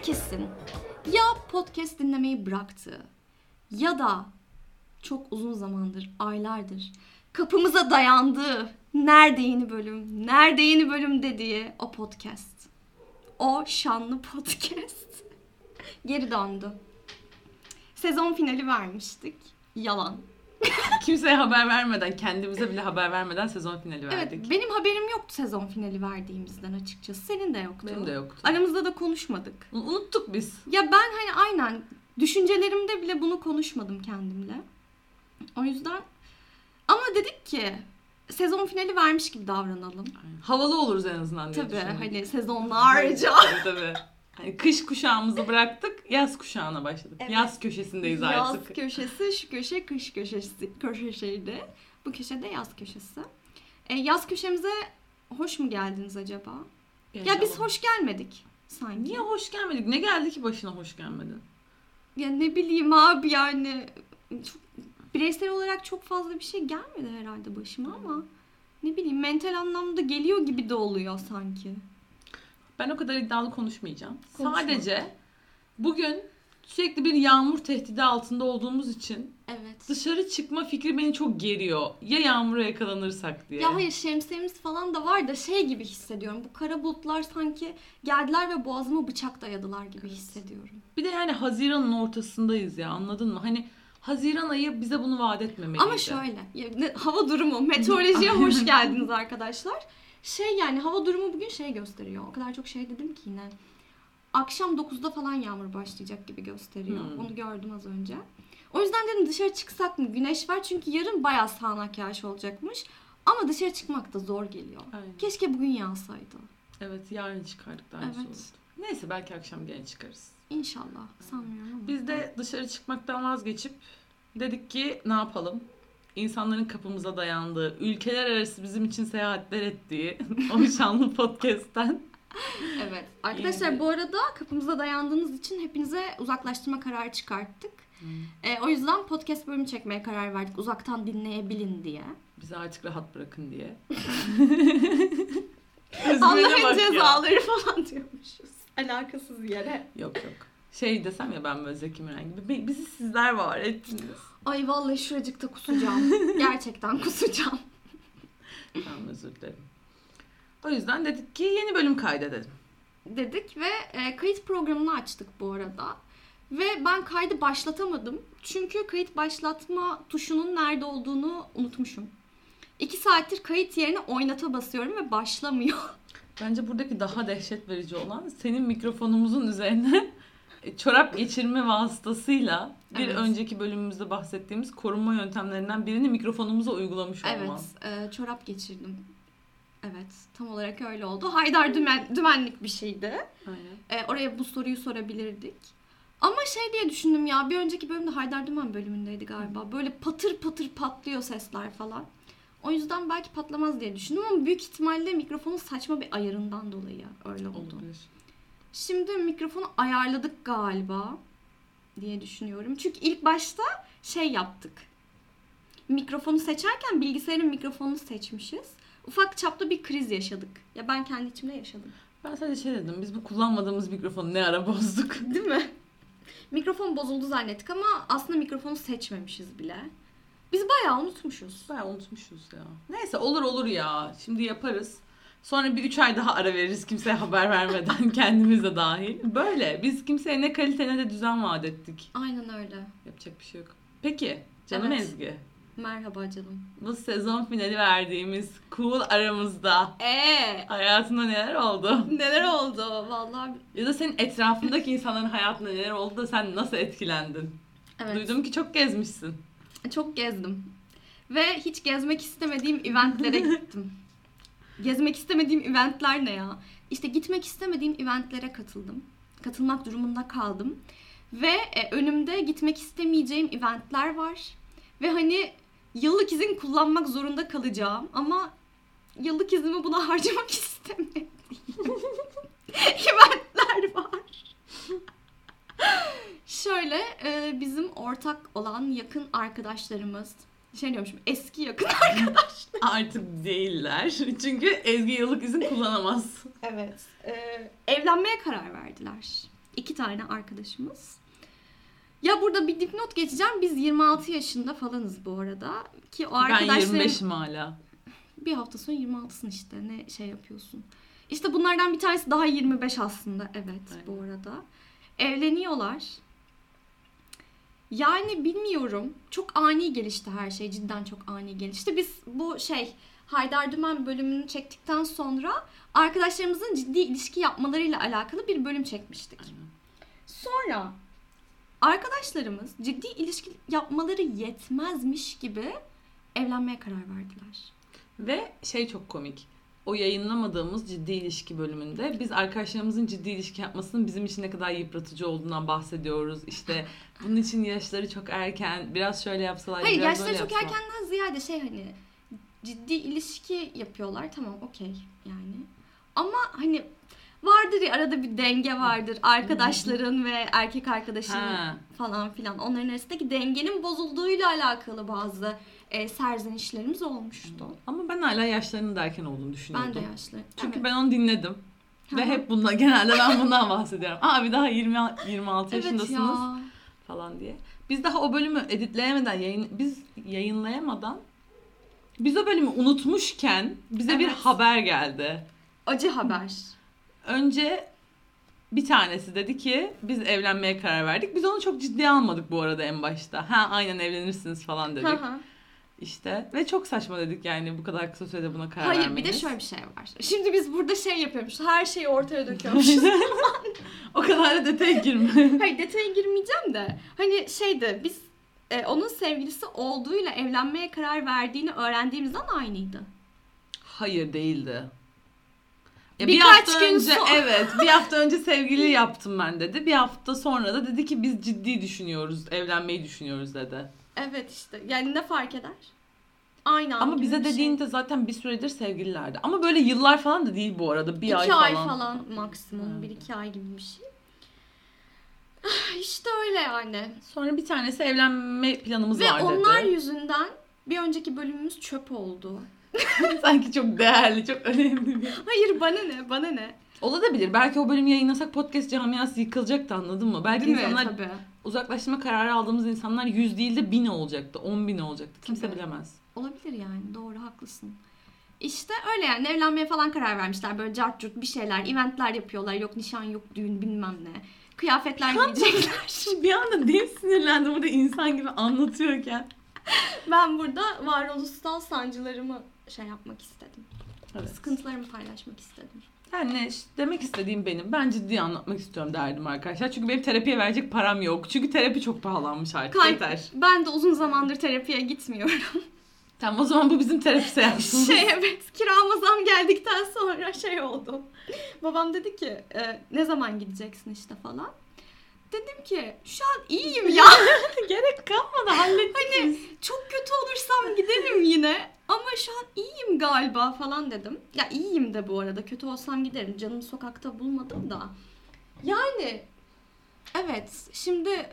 herkesin ya podcast dinlemeyi bıraktığı ya da çok uzun zamandır, aylardır kapımıza dayandığı nerede yeni bölüm dediği o podcast. O şanlı podcast geri döndü. Sezon finali vermiştik. Yalan. Kimseye haber vermeden, kendimize bile haber vermeden sezon finali verdik. Evet, benim haberim yoktu sezon finali verdiğimizden açıkçası. Senin de yoktu. Benim de yoktu. Aramızda da konuşmadık. Unuttuk biz. Ya ben aynen düşüncelerimde bile bunu konuşmadım kendimle. O yüzden ama dedik ki sezon finali vermiş gibi davranalım. Aynen. Havalı oluruz en azından diye Tabii düşündüm. hani sezonlarca. Tabii. Hani kış kuşağımızı bıraktık, yaz kuşağına başladık. Evet. Yaz köşesindeyiz artık. Yaz köşesi, şu köşe kış köşesiydi. Bu köşe de yaz köşesi. Yaz köşemize hoş mu geldiniz acaba? Ya biz hoş gelmedik sanki. Niye hoş gelmedik? Ne geldi ki başına hoş gelmedin? Ya ne bileyim abi yani çok, bireysel olarak çok fazla bir şey gelmedi herhalde başıma ama ne bileyim mental anlamda geliyor gibi de oluyor sanki. Ben o kadar iddialı konuşmayacağım. Sadece bugün sürekli bir yağmur tehdidi altında olduğumuz için dışarı çıkma fikri beni çok geriyor. Ya yağmura yakalanırsak diye. Ya hayır şemsiyemiz falan da var da şey gibi hissediyorum. Bu kara bulutlar sanki geldiler ve boğazıma bıçak dayadılar gibi hissediyorum. Bir de yani Haziran'ın ortasındayız ya, anladın mı? Hani Haziran ayı bize bunu vaat etmemeliydi. Ama şöyle hava durumu, meteorolojiye hoş geldiniz arkadaşlar. Yani hava durumu bugün gösteriyor. O kadar çok dedim ki yine. Akşam 9'da falan yağmur başlayacak gibi gösteriyor. Onu gördüm az önce. O yüzden dedim dışarı çıksak mı? Güneş var çünkü yarın bayağı sağanak yağış olacakmış. Ama dışarı çıkmak da zor geliyor. Aynen. Keşke bugün yağsaydı. Evet, yarın çıkardık daha iyi olurdu. Neyse belki akşam gene çıkarız. İnşallah. Sanmıyorum ama. Biz de dışarı çıkmaktan vazgeçip dedik ki ne yapalım? İnsanların kapımıza dayandığı, ülkeler arası bizim için seyahatler ettiği o şanlı podcast'ten. Evet. Arkadaşlar bu arada kapımıza dayandığınız için hepinize uzaklaştırma kararı çıkarttık. O yüzden podcast bölümü çekmeye karar verdik. Uzaktan dinleyebilin diye. Bizi artık rahat bırakın diye. Allah'ın cezaları falan diyormuşuz. Alakasız yere. Yok. Desem ya ben böyle Zeki Müren gibi. Bizi sizler var ettiniz. Ay vallahi şuracıkta kusacağım. Gerçekten kusacağım. Tamam, özür dilerim. O yüzden dedik ki yeni bölüm kaydedelim. Dedik ve kayıt programını açtık bu arada. Ve ben kaydı başlatamadım. Çünkü kayıt başlatma tuşunun nerede olduğunu unutmuşum. 2 saattir kayıt yerine oynata basıyorum ve başlamıyor. Bence buradaki daha dehşet verici olan senin mikrofonumuzun üzerine çorap geçirme vasıtasıyla bir önceki bölümümüzde bahsettiğimiz korunma yöntemlerinden birini mikrofonumuza uygulamış olman. Evet, çorap geçirdim. Evet, tam olarak öyle oldu. Haydar dümenlik bir şeydi. Aynen. Oraya bu soruyu sorabilirdik. Ama diye düşündüm ya, bir önceki bölümde Haydar Dümen bölümündeydi galiba. Böyle patır patır patlıyor sesler falan. O yüzden belki patlamaz diye düşündüm ama büyük ihtimalle mikrofonun saçma bir ayarından dolayı öyle oldu. Olabilir. Şimdi mikrofonu ayarladık galiba diye düşünüyorum. Çünkü ilk başta yaptık. Mikrofonu seçerken bilgisayarın mikrofonunu seçmişiz. Ufak çapta bir kriz yaşadık. Ya ben kendi içimde yaşadım. Ben sadece dedim. Biz bu kullanmadığımız mikrofonu ne ara bozduk? Değil mi? Mikrofon bozuldu zannettik ama aslında mikrofonu seçmemişiz bile. Biz bayağı unutmuşuz. Bayağı unutmuşuz ya. Neyse olur ya. Şimdi yaparız. Sonra bir 3 ay daha ara veririz kimseye haber vermeden, kendimiz de dahil. Böyle. Biz kimseye ne kalite ne de düzen vaat ettik. Aynen öyle. Yapacak bir şey yok. Peki canım Ezgi. Merhaba canım. Bu sezon finali verdiğimiz cool aramızda hayatında neler oldu? Neler oldu vallahi. Ya da senin etrafındaki insanların hayatında neler oldu da sen nasıl etkilendin? Evet. Duydum ki çok gezmişsin. Çok gezdim. Ve hiç gezmek istemediğim eventlere gittim. Gezmek istemediğim eventler ne ya? İşte gitmek istemediğim eventlere katıldım. Katılmak durumunda kaldım. Ve önümde gitmek istemeyeceğim eventler var. Ve hani yıllık izin kullanmak zorunda kalacağım. Ama yıllık iznimi buna harcamak istemediğim eventler var. Şöyle bizim ortak olan yakın arkadaşlarımız, diyormuşum, eski yakın arkadaşlar. Artık değiller. Çünkü Ezgi yıllık izin kullanamaz. Evet. Evlenmeye karar verdiler. 2 tane arkadaşımız. Ya burada bir dipnot geçeceğim. Biz 26 yaşında falanız bu arada. Ki o arkadaşların... Ben 25'im hala. Bir hafta sonra 26'sın işte. Ne şey yapıyorsun. İşte bunlardan bir tanesi daha 25 aslında. Evet. Bu arada. Evleniyorlar. Yani bilmiyorum. Çok ani gelişti her şey. Cidden çok ani gelişti. Biz bu Haydar Dümen bölümünü çektikten sonra arkadaşlarımızın ciddi ilişki yapmalarıyla alakalı bir bölüm çekmiştik. Sonra arkadaşlarımız ciddi ilişki yapmaları yetmezmiş gibi evlenmeye karar verdiler. Ve çok komik. O yayınlamadığımız ciddi ilişki bölümünde biz arkadaşlarımızın ciddi ilişki yapmasının bizim için ne kadar yıpratıcı olduğundan bahsediyoruz. İşte bunun için yaşları çok erken, biraz şöyle yapsalar, hayır, biraz böyle yapsalar. Hayır, yaşları çok erkenden ziyade ciddi ilişki yapıyorlar. Tamam, okey yani. Ama vardır ya, arada bir denge vardır. Arkadaşların ve erkek arkadaşın falan filan. Onların arasındaki dengenin bozulduğuyla alakalı bazı serzenişlerimiz olmuştu. Ama ben hala yaşlarının da erken olduğunu düşünüyordum. Ben de yaşlı. Çünkü ben onu dinledim. Ve hep genelde ben bundan bahsediyorum. Abi daha 26 yaşındasınız falan diye. Biz daha o bölümü editleyemeden, yayınlayamadan biz o bölümü unutmuşken bize bir haber geldi. Acı haber. Önce bir tanesi dedi ki biz evlenmeye karar verdik. Biz onu çok ciddiye almadık bu arada en başta. Aynen evlenirsiniz falan dedik. İşte ve çok saçma dedik yani bu kadar kısa sürede buna karar vermeniz. Hayır, bir de şöyle bir şey var. Şimdi biz burada yapıyormuş. Her şeyi ortaya döküyormuşuz. O kadar da detaya girme. Hayır, detaya girmeyeceğim de. Biz onun sevgilisi olduğuyla evlenmeye karar verdiğini öğrendiğimizden aynıydı. Hayır, değildi. Bir hafta önce bir hafta önce sevgili yaptım ben dedi. Bir hafta sonra da dedi ki biz ciddi düşünüyoruz, evlenmeyi düşünüyoruz dedi. Evet işte. Yani ne fark eder? Aynı ama bize dediğinde zaten bir süredir sevgililerdi. Ama böyle yıllar falan da değil bu arada. 2 ay falan. 2 ay falan maksimum. 1-2 ay gibi bir şey. İşte öyle yani. Sonra bir tanesi evlenme planımız var dedi. Ve onlar yüzünden bir önceki bölümümüz çöp oldu. Sanki çok değerli, çok önemli bir. Hayır, bana ne? Olabilir. Belki o bölümü yayınlasak podcast camiası yıkılacaktı, anladın mı? Belki değil insanlar, tabii. Uzaklaştırma kararı aldığımız insanlar 100 değil de 1000 olacaktı. 10.000 olacaktı. Kimse bilemez. Olabilir yani. Doğru, haklısın. İşte öyle yani. Evlenmeye falan karar vermişler. Böyle cart curt bir şeyler. Eventler yapıyorlar. Yok nişan, yok düğün, bilmem ne. Kıyafetler giyecekler. Bir anda değil, sinirlendim burada insan gibi anlatıyorken. Ben burada varoluşsal sancılarımı yapmak istedim. Evet. Sıkıntılarımı paylaşmak istedim. Yani demek istediğim benim. Ben ciddi anlatmak istiyorum derdim arkadaşlar. Çünkü benim terapiye verecek param yok. Çünkü terapi çok pahalanmış artık. Yeter. Ben de uzun zamandır terapiye gitmiyorum. Tamam, o zaman bu bizim terapi seansımız. Evet, kirama zam geldikten sonra oldu. Babam dedi ki ne zaman gideceksin işte falan. Dedim ki şu an iyiyim ya. Gerek kalmadı, hallederiz. Çok kötü olursam giderim yine. Ama şu an iyiyim galiba falan dedim. Ya iyiyim de bu arada. Kötü olsam giderim. Canımı sokakta bulmadım da. Yani evet, şimdi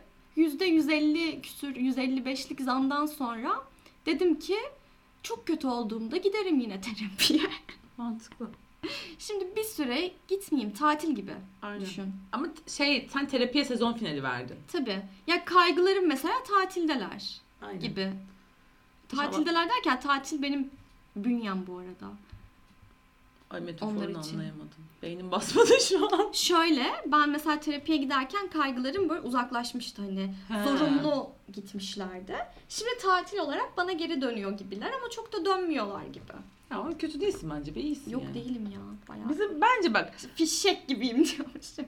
%150 küsür, 155'lik zamdan sonra dedim ki çok kötü olduğumda giderim yine terapiye. Mantıklı. Şimdi bir süre gitmeyeyim. Tatil gibi düşün. Ama sen terapiye sezon finali verdin. Tabii. Ya kaygılarım mesela tatildeler gibi. Tatildeler derken tatil benim bünyem bu arada. Ay, metaforunu anlayamadım. Beynim basmadı şu an. Şöyle, ben mesela terapiye giderken kaygılarım böyle uzaklaşmıştı Zorunlu gitmişlerdi. Şimdi tatil olarak bana geri dönüyor gibiler ama çok da dönmüyorlar gibi. Ya ama kötü değilsin bence, iyisin. Yok yani. Değilim ya, bayağı. Bence bak. Fişek gibiyim diyormuşum.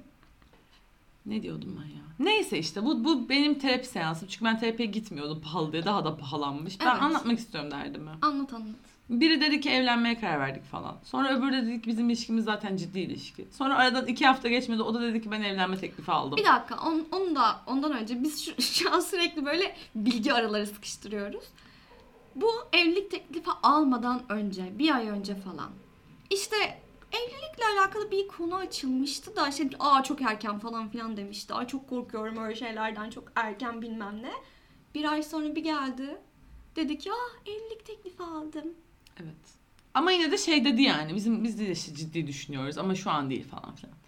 Ne diyordum ben ya? Neyse işte bu benim terapi seansım. Çünkü ben terapiye gitmiyordum pahalı diye. Daha da pahalanmış. Ben anlatmak istiyorum derdimi. Anlat. Biri dedi ki evlenmeye karar verdik falan. Sonra öbürü de dedi ki bizim ilişkimiz zaten ciddi ilişki. Sonra aradan 2 hafta geçmedi. O da dedi ki ben evlenme teklifi aldım. Bir dakika. Ondan önce biz şu an sürekli böyle bilgi araları sıkıştırıyoruz. Bu evlilik teklifi almadan önce, 1 ay önce falan. İşte evlilikle alakalı bir konu açılmıştı da çok erken falan filan demişti. Çok korkuyorum öyle şeylerden, çok erken bilmem ne. 1 ay sonra bir geldi. Dedi ki evlilik teklifi aldım. Evet. Ama yine de dedi yani biz de ciddi düşünüyoruz ama şu an değil falan filan.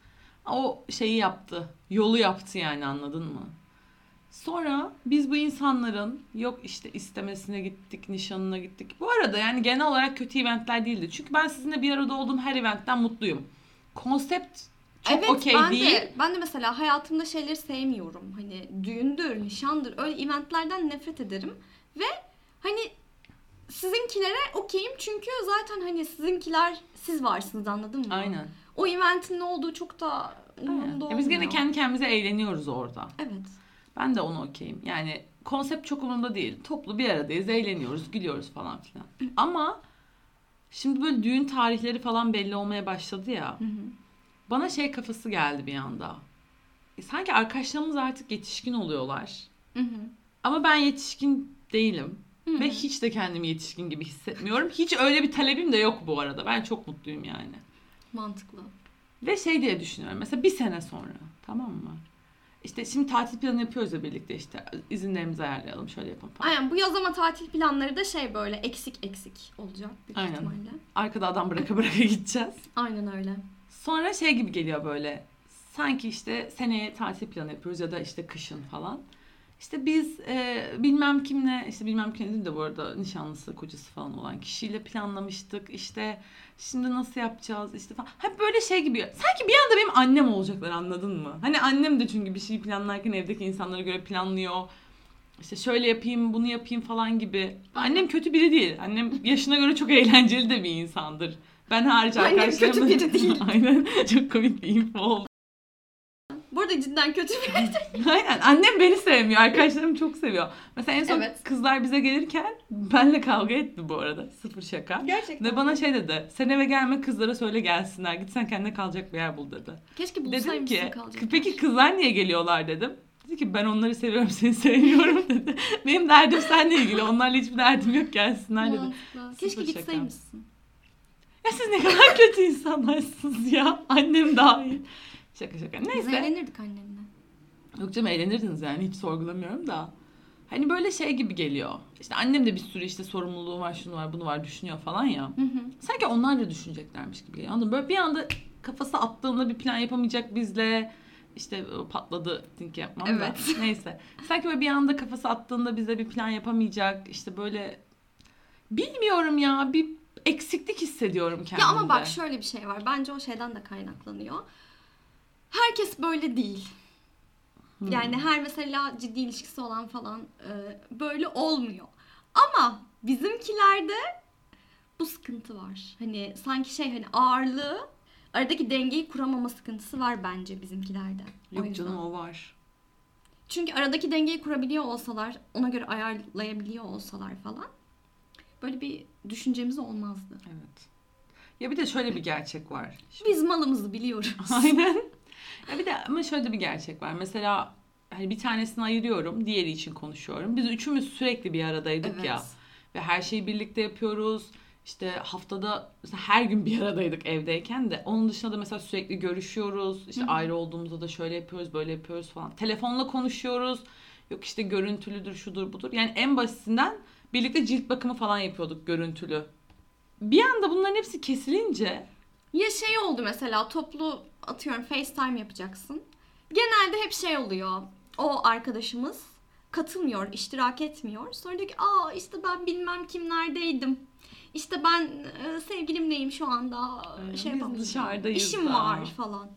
o şeyi yaptı. Yolu yaptı yani, anladın mı? Sonra biz bu insanların yok işte istemesine gittik, nişanına gittik. Bu arada yani genel olarak kötü eventler değildi. Çünkü ben sizinle bir arada olduğum her eventten mutluyum. Konsept çok okey değil. Ben de mesela hayatımda şeyleri sevmiyorum. Hani düğündür, nişandır, öyle eventlerden nefret ederim. Ve hani sizinkilere okeyim çünkü zaten hani sizinkiler siz varsınız, anladın mı? Aynen. O eventin ne olduğu çok da umurumda olmuyor. Biz gene kendi kendimize eğleniyoruz orada. Evet. Ben de onu okeyim. Yani konsept çok umurumda değil. Toplu bir aradayız, eğleniyoruz, gülüyoruz falan filan. Ama şimdi böyle düğün tarihleri falan belli olmaya başladı ya. Bana şey kafası geldi bir anda. Sanki arkadaşlarımız artık yetişkin oluyorlar. Ama ben yetişkin değilim. Ve hiç de kendimi yetişkin gibi hissetmiyorum. Hiç öyle bir talebim de yok bu arada. Ben çok mutluyum yani. Mantıklı. Ve şey diye düşünüyorum. Mesela bir sene sonra, tamam mı? İşte şimdi tatil planı yapıyoruz ya birlikte, işte izinlerimizi ayarlayalım, şöyle yapalım falan. Aynen, bu yaz ama tatil planları da şey böyle eksik olacak büyük ihtimalle. Arkada adam bıraka gideceğiz. Aynen öyle. Sonra şey gibi geliyor böyle. Sanki işte seneye tatil planı yapıyoruz ya da işte kışın falan. İşte biz bilmem kimle, işte bilmem kim değil de bu arada nişanlısı, kocası falan olan kişiyle planlamıştık. İşte şimdi nasıl yapacağız işte falan. Hep böyle şey gibi. Sanki bir anda benim annem olacaklar, anladın mı? Hani annem de çünkü bir şey planlarken evdeki insanlara göre planlıyor. İşte şöyle yapayım, bunu yapayım falan gibi. Annem kötü biri değil. Annem yaşına göre çok eğlenceli de bir insandır. Ben hariç arkadaşlarımla... Annem kötü biri değil. Aynen. Çok komik bir info oldu. Bu arada cidden kötü biri değil. Aynen. Annem beni sevmiyor. Arkadaşlarım çok seviyor. Mesela en son kızlar bize gelirken benle kavga etti bu arada. Sıfır şaka. Gerçekten. Ve bana şey dedi. Sen eve gelme, kızlara söyle gelsinler. Git sen kendine kalacak bir yer bul dedi. Keşke bulsaymışsın kalacak. Dedim ki peki kızlar niye geliyorlar dedim. Dedi ki ben onları seviyorum, seni sevmiyorum dedi. Benim derdim seninle ilgili. Onlarla hiçbir derdim yok, gelsinler dedi. Keşke gitseymişsin. Ya siz ne kadar kötü insanlarsınız ya. Annem dahil. Şaka. Neyse. Biz eğlenirdik annenle. Yok canım, eğlenirdiniz yani, hiç sorgulamıyorum da. Hani böyle şey gibi geliyor. İşte annem de bir sürü işte sorumluluğu var, şunu var, bunu var düşünüyor falan ya. Sanki onlar da düşüneceklermiş gibi geliyor. Anladın mı? Böyle bir anda kafası attığında bir plan yapamayacak bizle. İşte patladı think yapmam da. Neyse. Sanki böyle bir anda kafası attığında bize bir plan yapamayacak. İşte böyle bilmiyorum ya, bir eksiklik hissediyorum kendimde. Ya ama bak şöyle bir şey var. Bence o şeyden de kaynaklanıyor. Herkes böyle değil. Yani her mesela ciddi ilişkisi olan falan böyle olmuyor. Ama bizimkilerde bu sıkıntı var. Hani sanki şey, hani ağırlığı, aradaki dengeyi kuramama sıkıntısı var bence bizimkilerde. Yok canım, o var. Çünkü aradaki dengeyi kurabiliyor olsalar, ona göre ayarlayabiliyor olsalar falan, böyle bir düşüncemiz olmazdı. Evet. Ya bir de şöyle bir gerçek var. Biz malımızı biliyoruz. Aynen. Ya bir de ama şöyle bir gerçek var. Mesela hani bir tanesini ayırıyorum, diğeri için konuşuyorum. Biz üçümüz sürekli bir aradaydık ya. Ve her şeyi birlikte yapıyoruz. İşte haftada mesela her gün bir aradaydık evdeyken de. Onun dışında da mesela sürekli görüşüyoruz. İşte ayrı olduğumuzda da şöyle yapıyoruz, böyle yapıyoruz falan. Telefonla konuşuyoruz. Yok işte görüntülüdür, şudur budur. Yani en basitinden birlikte cilt bakımı falan yapıyorduk görüntülü. Bir anda bunların hepsi kesilince... Ya şey oldu mesela, toplu atıyorum FaceTime yapacaksın. Genelde hep şey oluyor. O arkadaşımız katılmıyor, iştirak etmiyor. Sonra diyor ki işte ben bilmem kimlerdeydim. İşte ben sevgilimleyim şu anda. Şey biz dışarıdayız. İşim var falan.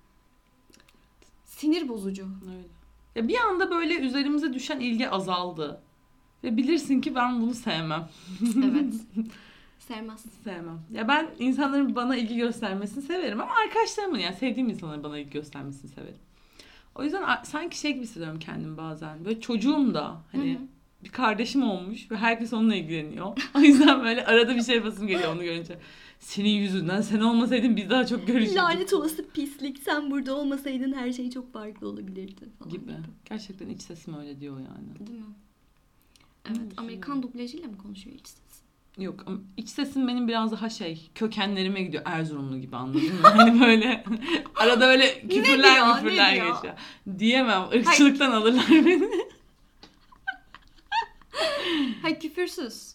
Sinir bozucu. Öyle. Ya bir anda böyle üzerimize düşen ilgi azaldı. Ve bilirsin ki ben bunu sevmem. Evet. Sevmem. Ya ben insanların bana ilgi göstermesini severim ama arkadaşlarımın, yani sevdiğim insanların bana ilgi göstermesini severim. O yüzden sanki şey gibi hissediyorum kendimi bazen. Böyle çocuğum da hani bir kardeşim olmuş ve herkes onunla ilgileniyor. O yüzden böyle arada bir şey yapasım geliyor onu görünce. Senin yüzünden, sen olmasaydın biz daha çok görüşürdük. Lanet olası pislik, sen burada olmasaydın her şey çok farklı olabilirdi falan gibi. Gerçekten iç sesim öyle diyor yani. Değil mi? Evet, Amerikan dublajıyla mı konuşuyor iç ses? Yok, iç sesim benim biraz daha şey, kökenlerime gidiyor, Erzurumlu gibi, anladın mı? Hani böyle arada öyle küfürler geçiyor. Diyemem, ırkçılıktan alırlar beni. Hayır, küfürsüz.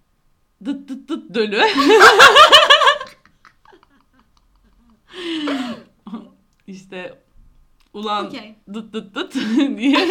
Dıt dıt dıt dölü. işte ulan okay. dıt dıt dıt diye.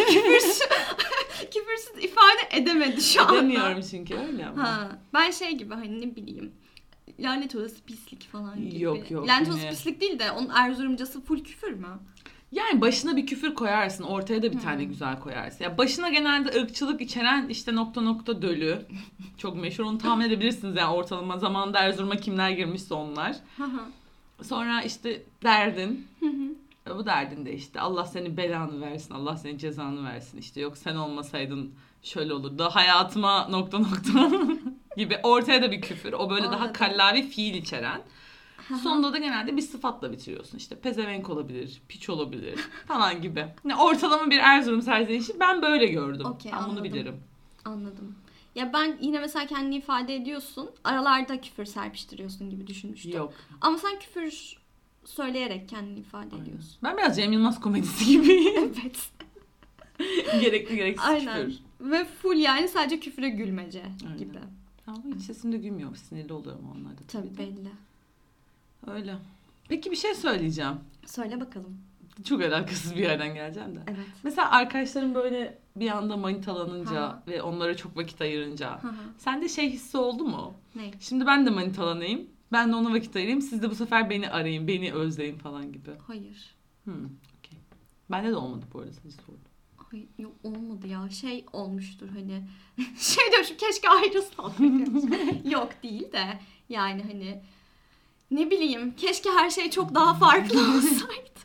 Küfürsüz ifade edemedi şu anda. Edemiyorum çünkü öyle ama. Ha, ben şey gibi hani ne bileyim. Lanet olası pislik falan gibi. Yok. Lanet olası pislik değil de onun Erzurumcası full küfür mü? Yani başına bir küfür koyarsın. Ortaya da bir tane güzel koyarsın. Ya başına genelde ırkçılık içeren işte nokta nokta dölü. Çok meşhur. Onu tahmin edebilirsiniz yani ortalama zamanda Erzurum'a kimler girmişse onlar. Sonra işte derdin. Bu derdin de işte Allah senin belanı versin. Allah senin cezanı versin. İşte yok sen olmasaydın şöyle olurdu. Hayatıma nokta nokta gibi. Ortaya da bir küfür. O böyle daha kallavi fiil içeren. Sonunda da genelde bir sıfatla bitiriyorsun. İşte pezevenk olabilir, piç olabilir falan gibi. Yani ortalama bir Erzurum serzenişi ben böyle gördüm. Okay, ben bunu bilirim. Anladım. Ya ben yine mesela kendini ifade ediyorsun. Aralarda küfür serpiştiriyorsun gibi düşünmüştüm. Yok. Ama sen küfür söyleyerek kendini ifade ediyorsun. Ben biraz Cem Yılmaz komedisi gibiyim. Evet. Gerekli gereksiz Aynen. küfür. Ve full yani sadece küfre gülmece gibi. Ama hiç sesimde gülmüyor. Sinirli oluyorum onlarda. Tabii belli. Öyle. Peki bir şey söyleyeceğim. Söyle bakalım. Çok alakasız bir yerden geleceğim de. Evet. Mesela arkadaşlarım böyle bir anda manitalanınca ve onlara çok vakit ayırınca sende şey hissi oldu mu? Ne? Şimdi ben de manitalanayım. Ben de ona vakit ayırayım. Siz de bu sefer beni arayın. Beni özleyin falan gibi. Hayır. Okay. Bende de olmadı bu arada. Sadece sordum. Hayır, yok olmadı ya. Şey olmuştur hani. Şey diyorum keşke ayrılsam. Yok değil de. Yani hani ne bileyim keşke her şey çok daha farklı olsaydı.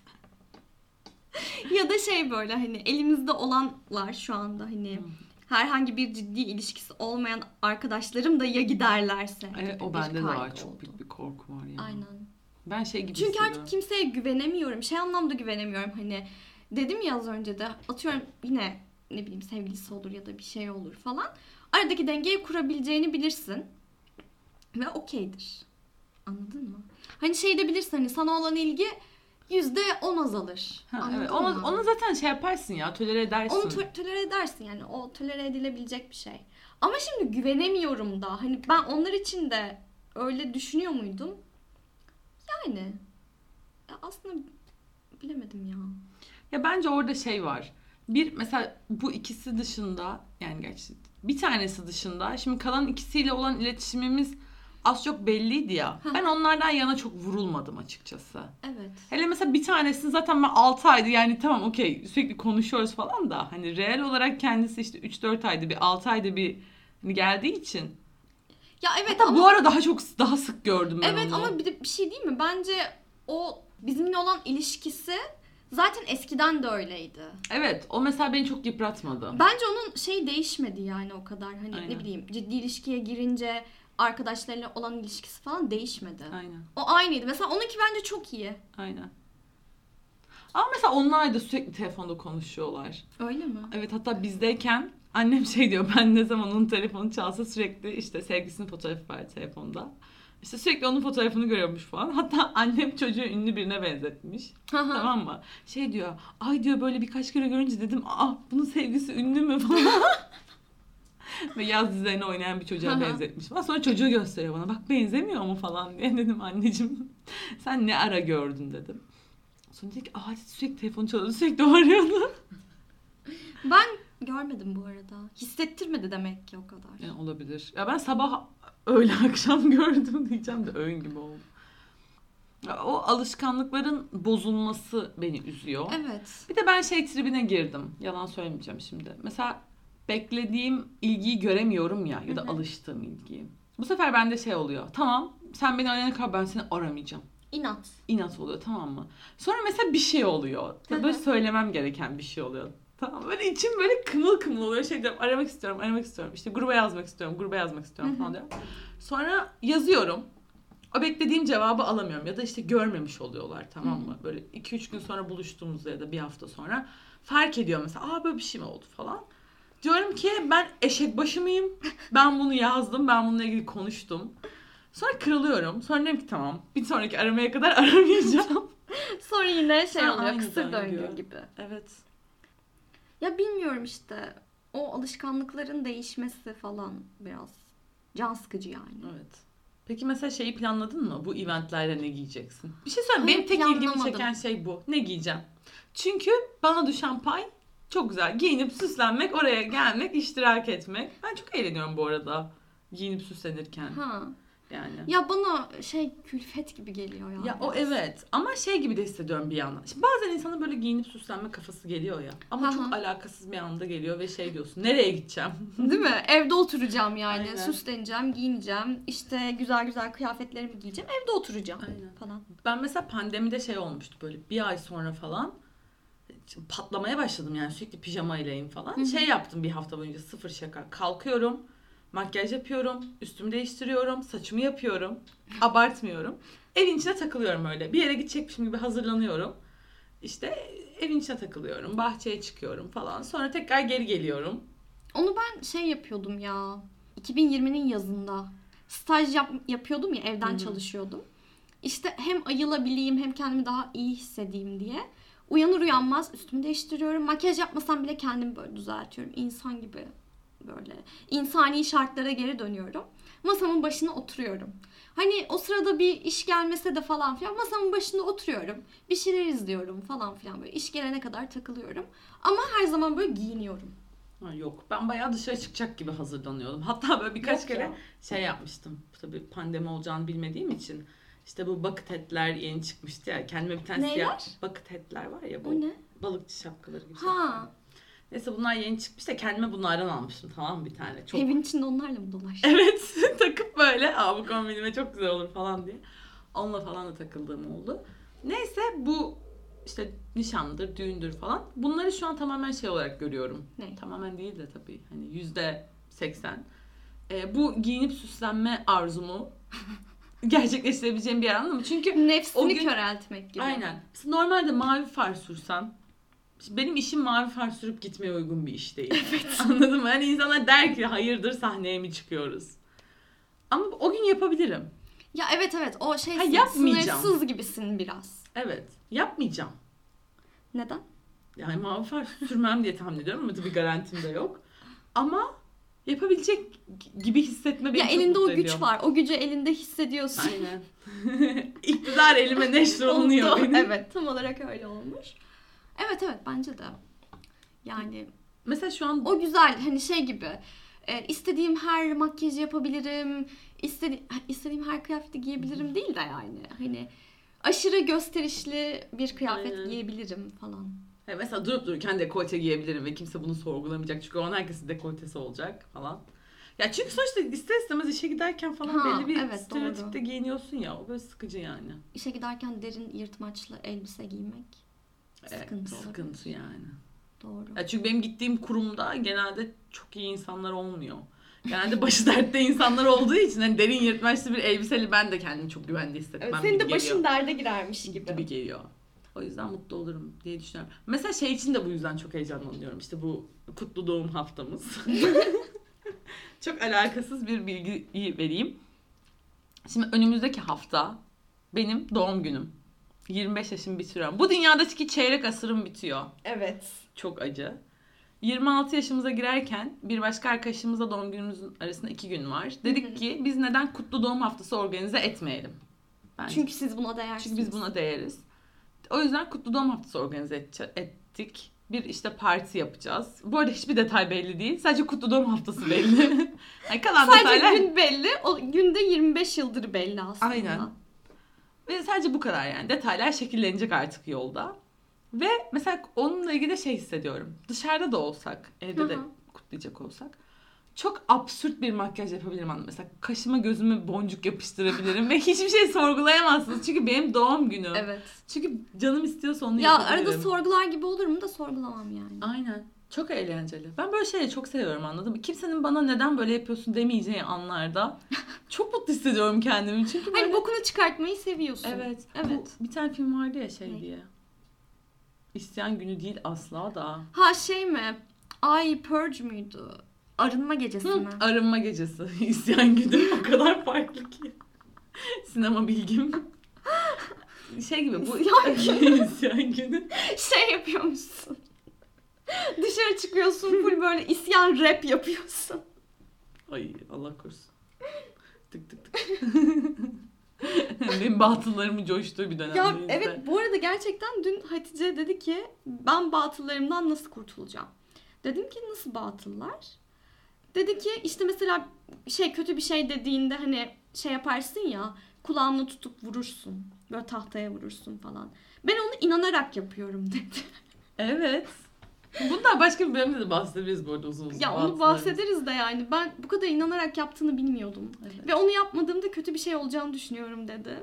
Ya da şey böyle hani elimizde olanlar şu anda hani herhangi bir ciddi ilişkisi olmayan arkadaşlarım da ya giderlerse. Evet, o bende de var. Çok büyük bir korku var yani. Aynen. Ben şey gibi çünkü artık kimseye güvenemiyorum. Şey anlamda güvenemiyorum hani dedim ya az önce de atıyorum yine ne bileyim sevgilisi olur ya da bir şey olur falan. Aradaki dengeyi kurabileceğini bilirsin. Ve okeydir. Anladın mı? Hani şey de bilirsin hani sana olan ilgi %10 azalır. Evet. Onu zaten şey yaparsın ya tolere edersin. Onu tolere edersin yani o tolere edilebilecek bir şey. Ama şimdi güvenemiyorum da hani ben onlar için de öyle düşünüyor muydum? Yani aslında bilemedim ya. Ya bence orada şey var. Bir mesela bu ikisi dışında yani gerçi bir tanesi dışında şimdi kalan ikisiyle olan iletişimimiz az çok belliydi ya. Ben onlardan yana çok vurulmadım açıkçası. Evet. Hele mesela bir tanesi zaten ben 6 aydı yani tamam okey sürekli konuşuyoruz falan da hani reel olarak kendisi işte 3-4 ayda bir 6 ayda bir hani geldiği için. Ya evet hatta ama bu ara daha sık gördüm ben onu. Evet ama bir şey değil mi? Bence o bizimle olan ilişkisi zaten eskiden de öyleydi. Evet o mesela beni çok yıpratmadı. Bence onun şey değişmedi yani o kadar. Hani Aynen. ne bileyim ciddi ilişkiye girince arkadaşlarıyla olan ilişkisi falan değişmedi. Aynen. O aynıydı. Mesela onunki bence çok iyi. Aynen. Ama mesela onlar da sürekli telefonda konuşuyorlar. Öyle mi? Evet hatta bizdeyken annem şey diyor ben ne zaman onun telefonu çalsa sürekli işte sevgilisinin fotoğrafı var telefonda. İşte sürekli onun fotoğrafını görüyormuş falan. Hatta annem çocuğu ünlü birine benzetmiş. Tamam mı? Şey diyor ay diyor böyle birkaç kere görünce dedim bunun sevgisi ünlü mü falan. Ve yaz dizilerini oynayan bir çocuğa benzetmiş falan. Sonra çocuğu gösteriyor bana bak benzemiyor mu falan diye dedim anneciğim sen ne ara gördün dedim. Sonra dedi ki sürekli telefonu çalıyordu sürekli o arıyordu. Ben görmedim bu arada. Hissettirmedi demek ki o kadar. Yani olabilir. Ya ben sabah öğle akşam gördüm diyeceğim de öğün gibi oldu. Ya o alışkanlıkların bozulması beni üzüyor. Evet. Bir de ben şey tribine girdim. Yalan söylemeyeceğim şimdi. Mesela beklediğim ilgiyi göremiyorum ya da alıştığım ilgiyi. Bu sefer bende şey oluyor. Tamam sen beni arayana kadar ben seni aramayacağım. İnat oluyor tamam mı? Sonra mesela bir şey oluyor. Böyle söylemem gereken bir şey oluyor. Tamam böyle içim böyle kımıl kımıl oluyor. Şey diyorum aramak istiyorum. İşte gruba yazmak istiyorum falan diyorum. Sonra yazıyorum. O beklediğim cevabı alamıyorum. Ya da işte görmemiş oluyorlar tamam mı? Böyle 2-3 gün sonra buluştuğumuzda ya da bir hafta sonra fark ediyor mesela. Böyle bir şey mi oldu falan. Diyorum ki ben eşek başı mıyım? Ben bunu yazdım. Ben bununla ilgili konuştum. Sonra kırılıyorum. Sonra diyorum ki tamam. Bir sonraki aramaya kadar aramayacağım. Sonra yine şey oluyor. Kısır döngü gibi. Evet. Ya bilmiyorum işte. O alışkanlıkların değişmesi falan biraz can sıkıcı yani. Evet. Peki mesela şeyi planladın mı? Bu eventlerde ne giyeceksin? Bir şey söyleyeyim. Benim tek ilgimi çeken şey bu. Ne giyeceğim? Çünkü bana düşen pay çok güzel. Giyinip süslenmek, oraya gelmek, iştirak etmek. Ben çok eğleniyorum bu arada. Giyinip süslenirken. Yani. Ya bana külfet gibi geliyor ya. Ya o evet. Ama şey gibi de hissediyorum bir yandan. Şimdi bazen insanın böyle giyinip süslenme kafası geliyor ya. Ama çok alakasız bir anda geliyor ve şey diyorsun. Nereye gideceğim? Değil mi? Evde oturacağım yani. Aynen. Süsleneceğim, giyineceğim. İşte güzel güzel kıyafetlerimi giyeceğim. Evde oturacağım falan. Ben mesela pandemide şey olmuştu böyle bir ay sonra falan. Patlamaya başladım yani sürekli pijama ileyim falan. Hı-hı. Şey yaptım bir hafta boyunca, sıfır şaka. Kalkıyorum. Makyaj yapıyorum, üstümü değiştiriyorum, saçımı yapıyorum, abartmıyorum. Evin içine takılıyorum öyle. Bir yere gidecekmişim gibi hazırlanıyorum. İşte evin içine takılıyorum, bahçeye çıkıyorum falan. Sonra tekrar geri geliyorum. Onu ben yapıyordum ya. 2020'nin yazında. Staj yapıyordum ya, evden çalışıyordum. İşte hem ayılabileyim hem kendimi daha iyi hissedeyim diye. Uyanır uyanmaz üstümü değiştiriyorum. Makyaj yapmasam bile kendimi böyle düzeltiyorum. İnsan gibi. Böyle insani şartlara geri dönüyorum. Masamın başına oturuyorum. Hani o sırada bir iş gelmese de falan filan masamın başında oturuyorum. Bir şeyler izliyorum falan filan, böyle iş gelene kadar takılıyorum. Ama her zaman böyle giyiniyorum. Yok, ben bayağı dışarı çıkacak gibi hazırlanıyordum. Hatta böyle birkaç kere şey yapmıştım. Tabii pandemi olacağını bilmediğim için. İşte bu bucket hat'ler yeni çıkmıştı ya. Kendime bir tane siyah bucket hat'ler var ya. Bu ne? Balıkçı şapkaları gibi. Neyse bunlar yeni çıkmış da kendime bunlardan almıştım, tamam mı, bir tane. Çok... Evin içinde onlarla mı dolaştın? Evet, takıp böyle bu kombinime çok güzel olur falan diye. Onunla falan da takıldığım oldu. Neyse bu işte nişandır, düğündür falan. Bunları şu an tamamen şey olarak görüyorum. Ne? Tamamen değil de tabii hani %80. Bu giyinip süslenme arzumu gerçekleştirebileceğim bir yer, anladın mı? Çünkü nefsini köreltmek gibi. Aynen. Normalde mavi far sürsem, benim işim mavi far sürüp gitmeye uygun bir iş değil. Evet. Anladın mı? Hani insanlar der ki hayırdır, sahneye mi çıkıyoruz? Ama o gün yapabilirim. Ya evet o sınırsız gibisin biraz. Evet. Yapmayacağım. Neden? Yani mavi far sürmem diye tahmin ediyorum ama tabii garantim de yok. Ama yapabilecek gibi hissetme beni çok mutlu ediyor. Ya elinde o güç var. O gücü elinde hissediyorsun. Aynen. İktidar elime neşrolunuyor benim. Evet, tam olarak öyle olmuş. Evet bence de. Yani mesela şu an o güzel, hani şey gibi. İstediğim her makyajı yapabilirim. İstediğim her kıyafeti giyebilirim değil de yani. Hani aşırı gösterişli bir kıyafet giyebilirim falan. Mesela durup dururken dekolte giyebilirim ve kimse bunu sorgulamayacak. Çünkü onun herkesin dekoltesi olacak falan. Ya çünkü sonuçta ister istemez işe giderken falan belli bir stereotipte giyiniyorsun ya. O böyle sıkıcı yani. İşe giderken derin yırtmaçlı elbise giymek sıkıntı yani. Doğru. Ya çünkü benim gittiğim kurumda genelde çok iyi insanlar olmuyor. Genelde başı dertte insanlar olduğu için hani derin yırtmaçlı bir elbiseyle ben de kendimi çok güvende hissetmem. Senin de başın derde girermiş gibi geliyor. O yüzden mutlu olurum diye düşünüyorum. Mesela şey için de bu yüzden çok heyecanlanıyorum. İşte bu kutlu doğum haftamız. Çok alakasız bir bilgiyi vereyim. Şimdi önümüzdeki hafta benim doğum günüm. 25 yaşımı bitiriyorum. Bu dünyadaki çeyrek asırım bitiyor. Evet. Çok acı. 26 yaşımıza girerken bir başka arkadaşımızla doğum günümüzün arasında 2 gün var. Dedik ki biz neden kutlu doğum haftası organize etmeyelim? Bence. Çünkü siz buna değersiniz. Çünkü biz buna değeriz. O yüzden kutlu doğum haftası organize ettik. Bir işte parti yapacağız. Bu arada hiçbir detay belli değil. Sadece kutlu doğum haftası belli. Yani kalan sadece detaylar... gün belli. O günde 25 yıldır belli aslında. Aynen. Ve sadece bu kadar yani. Detaylar şekillenecek artık yolda. Ve mesela onunla ilgili şey hissediyorum. Dışarıda da olsak, evde de kutlayacak olsak çok absürt bir makyaj yapabilirim. Mesela kaşıma gözüme boncuk yapıştırabilirim ve hiçbir şey sorgulayamazsınız. Çünkü benim doğum günüm. Evet. Çünkü canım istiyorsa onu yapabilirim. Ya arada sorgular gibi olurum da sorgulamam yani. Aynen. Çok eğlenceli. Ben böyle şeyleri çok seviyorum, anladın mı? Kimsenin bana neden böyle yapıyorsun demeyeceği anlarda çok mutlu hissediyorum kendimi. Çünkü böyle... Hani bokunu çıkartmayı seviyorsun. Evet. Bu, bir tane film vardı ya diye. İsyan günü değil asla da. Şey mi? Purge müydü? Arınma gecesi mi? Arınma gecesi. İsyan günü o kadar farklı ki. Sinema bilgim. Şey gibi bu. İsyan günü. Şey yapıyormuşsun. Dışarı çıkıyorsun, full böyle isyan rap yapıyorsun. Ay Allah korusun. tık tık tık. Benim batıllarımın coştuğu bir dönemdeyiz Ya evet, bu arada gerçekten dün Hatice dedi ki ben batıllarımdan nasıl kurtulacağım? Dedim ki nasıl batıllar? Dedi ki işte mesela kötü bir şey dediğinde hani şey yaparsın ya, kulağını tutup vurursun. Böyle tahtaya vurursun falan. Ben onu inanarak yapıyorum dedi. Evet. Bundan başka bir bölümde de bahsederiz bu arada uzun uzun. Ya onu bahsederiz de yani. Ben bu kadar inanarak yaptığını bilmiyordum. Evet. Ve onu yapmadığımda kötü bir şey olacağını düşünüyorum dedi.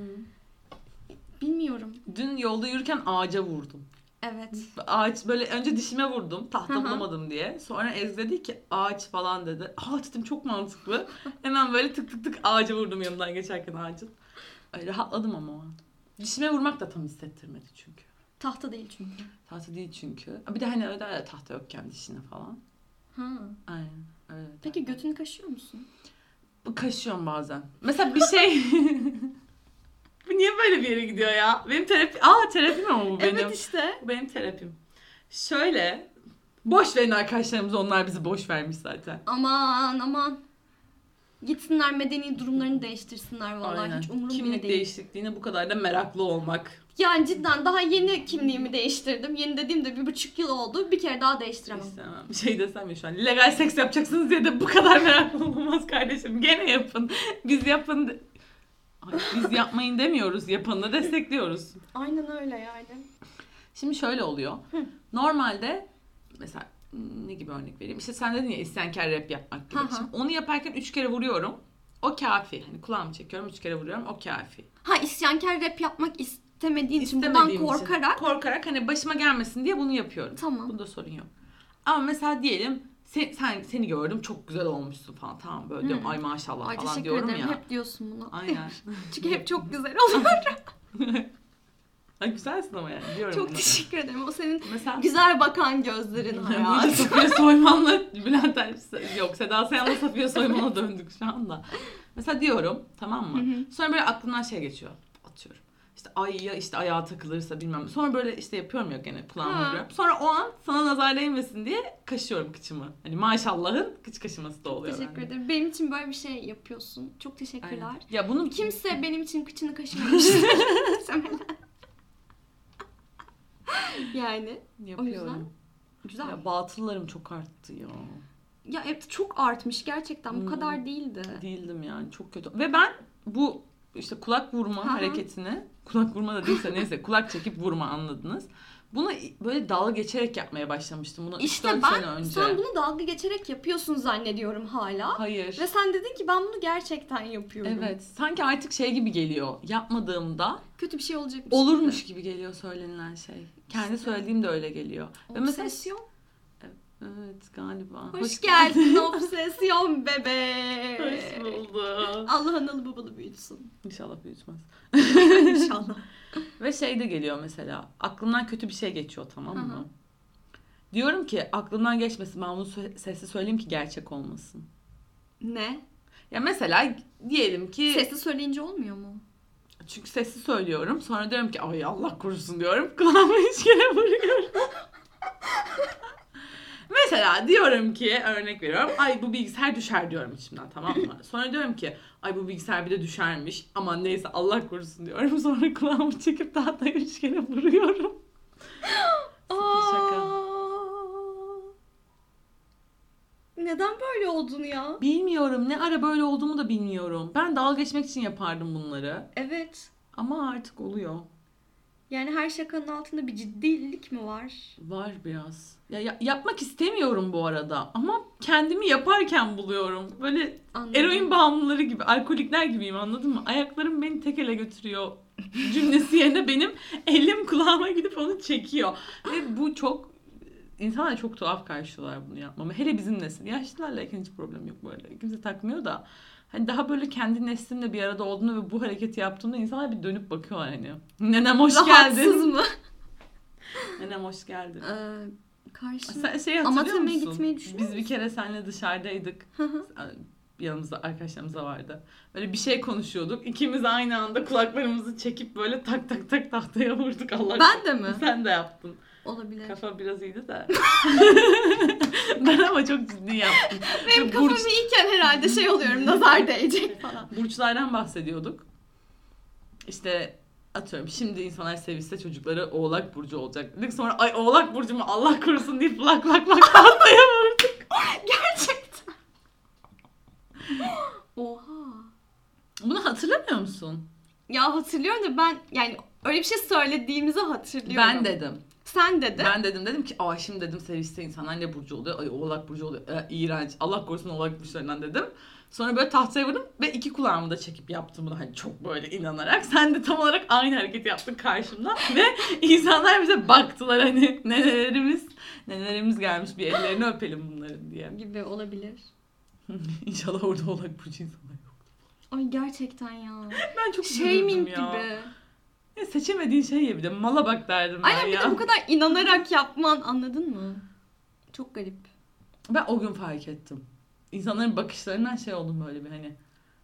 Bilmiyorum. Dün yolda yürürken ağaca vurdum. Evet. Ağaç böyle önce dişime vurdum tahta bulamadım diye. Sonra Ezgi dedi ki ağaç falan dedi. Dedim çok mantıklı. Hemen böyle tık tık tık ağaca vurdum yanından geçerken ağacın. Öyle rahatladım ama o an. Dişime vurmak da tam hissettirmedi çünkü. Tahta değil çünkü. Tahta değil çünkü. Bir de hani öyle ya, tahta yokken dişine falan. Aynen. Öyle. Peki götünü kaşıyor musun? Kaşıyorum bazen. Mesela bir şey... Bu niye böyle bir yere gidiyor ya? Benim terapim ama bu benim. Evet işte. Bu benim terapim. Şöyle... Boş verin arkadaşlarımız, onlar bizi boş vermiş zaten. Aman. Gitsinler medeni durumlarını değiştirsinler vallahi. Aynen. Hiç umurum Kimlik bile değil. değişikliğine bu kadar da meraklı olmak. Yani cidden daha yeni kimliğimi değiştirdim. Yeni dediğimde 1,5 yıl oldu. Bir kere daha değiştiremem. İstemem. Şey desem ya şu an legal seks yapacaksınız diye de bu kadar meraklı olmaz kardeşim. Gene yapın. Biz yapın. Biz yapmayın demiyoruz. Yapanı destekliyoruz. Aynen öyle yani. Şimdi şöyle oluyor. Normalde mesela ne gibi örnek vereyim? İşte sen dedin ya isyankar rap yapmak gibi. Şimdi onu yaparken 3 kere vuruyorum. O kafi. Hani kulağımı çekiyorum 3 kere vuruyorum. O kafi. İsyankar rap yapmak istemediğin için bundan korkarak. Korkarak hani başıma gelmesin diye bunu yapıyorum. Tamam. Bunda sorun yok. Ama mesela diyelim seni gördüm çok güzel olmuşsun falan. Tamam böyle diyorum ay maşallah falan diyorum ya. Teşekkür ederim. Hep diyorsun bunu. Aynen. Çünkü hep çok güzel oluyor. Güzelsin ama yani diyorum çok bunu. Teşekkür ederim. O senin mesela, güzel bakan gözlerin hayatım. Safiye Soyman'la Bülent Ersoy yok Seda Sayan'la Safiye Soyman'a döndük şu anda. Mesela diyorum tamam mı? Sonra böyle aklımdan şey geçiyor. Atıyorum. İşte işte ayağa takılırsa bilmem. Sonra böyle işte yapıyorum ya gene kulağımı vuruyorum. Sonra o an sana nazar değmesin diye kaşıyorum kıçımı. Hani maşallahın kıç kaşıması da oluyor. Teşekkür ederim. Benim için böyle bir şey yapıyorsun. Çok teşekkürler. Aynen. Ya bunu kimse benim için kıçını kaşımamış. Yani yapıyorum. O yüzden güzel. Ya batıllarım çok arttı ya. Ya evet çok artmış gerçekten. Bu kadar değildi. Değildim yani çok kötü. Ve ben bu işte kulak vurma hareketini, kulak vurma da değilse neyse kulak çekip vurma anladınız. Bunu böyle dalga geçerek yapmaya başlamıştım. Bunu İşte 3-4 sene önce. Sen bunu dalga geçerek yapıyorsun zannediyorum hala. Hayır. Ve sen dedin ki ben bunu gerçekten yapıyorum. Evet. Sanki artık şey gibi geliyor. Yapmadığımda kötü bir şey olacak. Olurmuş gibi geliyor söylenilen şey. Kendi söylediğim de öyle geliyor. Obsesyon. Evet galiba. Hoş geldin obsesyon bebe. Hoş bulduk. Allah analı babalı büyütsün. İnşallah büyütmez. İnşallah. Ve şey de geliyor mesela. Aklımdan kötü bir şey geçiyor tamam mı? Diyorum ki aklımdan geçmesin. Ben bunu sesli söyleyeyim ki gerçek olmasın. Ne? Ya mesela diyelim ki... Sesli söyleyince olmuyor mu? Çünkü sesli söylüyorum. Sonra diyorum ki ay Allah korusun diyorum. Kulağıma 3 kere vuruyorum. Mesela diyorum ki örnek veriyorum. Ay bu bilgisayar düşer diyorum içimden tamam mı? Sonra diyorum ki ay bu bilgisayar bir de düşermiş. Aman neyse Allah korusun diyorum. Sonra kulağımı çekip tahtaya 3 kere vuruyorum. Şaka. Neden böyle oldun ya? Bilmiyorum. Ne ara böyle olduğumu da bilmiyorum. Ben dalga geçmek için yapardım bunları. Evet. Ama artık oluyor. Yani her şakanın altında bir ciddilik mi var? Var biraz. Ya yapmak istemiyorum bu arada. Ama kendimi yaparken buluyorum. Böyle anladım. Eroin bağımlıları gibi, alkolikler gibiyim anladın mı? Ayaklarım beni tek ele götürüyor cümlesi yerine benim elim kulağıma gidip onu çekiyor. Ve bu çok... İnsanlar çok tuhaf karşılıyorlar bunu yapmamı. Hele bizim nesil. Yaşlılarlayken hiç problem yok böyle. Kimse takmıyor da. Hani daha böyle kendi neslimle bir arada olduğunda ve bu hareketi yaptığımda insanlar bir dönüp bakıyorlar hani. Nenem hoş geldin. Rahatsız mı? Nenem hoş geldin. Sen şey hatırlıyor musun? Gitmeyi düşünüyor Biz bir kere seninle dışarıdaydık. Yanımızda arkadaşlarımız da vardı. Böyle bir şey konuşuyorduk. İkimiz aynı anda kulaklarımızı çekip böyle tak tak tak tahtaya vurduk. Allah ben de mi? Sen de yaptın. Olabilir. Kafa biraz iyiydi de. Ben ama çok ciddi yaptım. Benim kafam iyiyken herhalde şey oluyorum, nazar değecek falan. Burçlardan bahsediyorduk. İşte atıyorum şimdi insanlar sevişse çocukları Oğlak Burcu olacak dedik. Sonra ay Oğlak Burcu mu Allah korusun deyip lak tahtaya vurduk. Gerçekten. Oha. Bunu hatırlamıyor musun? Ya hatırlıyorum da ben yani öyle bir şey söylediğimizi hatırlıyorum. Ben dedim. Sen dedin. Ben dedim ki şimdi dedim sevişse insanlar ne burcu oluyor? Ay Oğlak Burcu oluyor. İğrenç. Allah korusun Oğlak Burçlarından dedim. Sonra böyle tahtaya vurdum ve 2 kulağımı da çekip yaptım bunu hani çok böyle inanarak. Sen de tam olarak aynı hareketi yaptın karşımda ve insanlar bize baktılar hani nelerimiz gelmiş bir ellerini öpelim bunların diye. Gibi olabilir. İnşallah orada Oğlak Burcu insanlar yok. Ay gerçekten ya. Ben çok Shaming ya. gibi. Ya seçemediğin şey ya bir de mala bak derdim ben aynen, ya. bir de bu kadar inanarak yapman, anladın mı? Çok garip. Ben o gün fark ettim. İnsanların bakışlarından şey oldum böyle bir hani.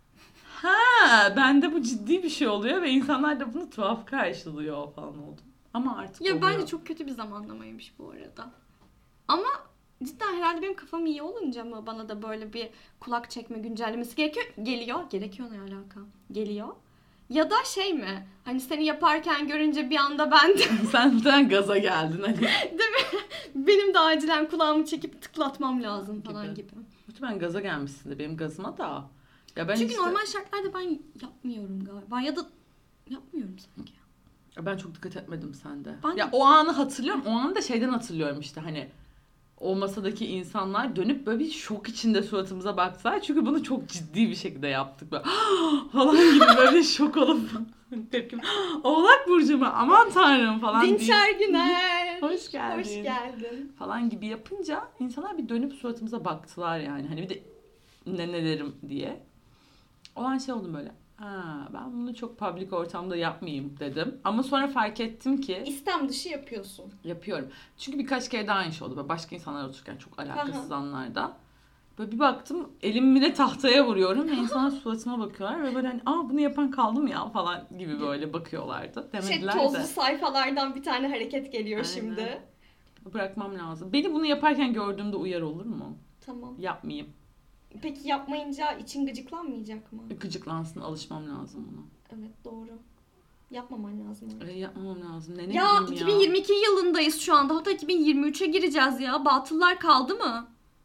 Ha, bende bu ciddi bir şey oluyor ve insanlar da bunu tuhaf karşılıyor falan oldum. Ama artık ya oluyor. bence çok kötü bir zamanlamaymış bu arada. Ama cidden herhalde benim kafam iyi olunca mı bana da böyle bir kulak çekme güncellemesi geliyor. Gerekiyor ne alaka? Geliyor. Ya da şey mi? Hani seni yaparken görünce bir anda ben de... Sen muhtemelen gaza geldin hani. Değil mi? Benim de acilen kulağımı çekip tıklatmam lazım falan gibi. Muhtemelen gaza gelmişsin de benim gazıma da. Ya ben çünkü normal şartlarda ben yapmıyorum galiba. Ya da yapmıyorum sanki. Ben çok dikkat etmedim sende. Ya o anı hatırlıyorum. O anı da şeyden hatırlıyorum işte hani. O masadaki insanlar dönüp böyle bir şok içinde suratımıza baktılar. Çünkü bunu çok ciddi bir şekilde yaptık. Böyle falan gibi böyle şok olup tepkim. Oğlak Burcu mu? Aman tanrım falan diye. Dinçer Güner. Hoş geldin. Hoş geldin. Falan gibi yapınca insanlar bir dönüp suratımıza baktılar yani. Hani bir de ne derim diye. Olan şey oldu böyle. Ben bunu çok public ortamda yapmayayım dedim. Ama sonra fark ettim ki... İstem dışı yapıyorsun. Yapıyorum. Çünkü birkaç kere daha aynı şey oldu. Böyle başka insanlar otururken çok alakasız anlarda. Böyle bir baktım elimi de tahtaya vuruyorum ve insanlar suratıma bakıyorlar ve böyle hani bunu yapan kaldı mı ya falan gibi böyle bakıyorlardı. Demediler tozlu de. sayfalardan bir tane hareket geliyor Aynen. şimdi. Bırakmam lazım. Beni bunu yaparken gördüğümde uyar olur mu? Tamam. Yapmayayım. Peki yapmayınca için gıcıklanmayacak mı? Gıcıklansın, alışmam lazım ona. Evet doğru. Yapmaman lazım. Yapmamam lazım. Ne ya 2022 yılındayız şu anda. Hatta 2023'e gireceğiz ya. Batıllar kaldı mı?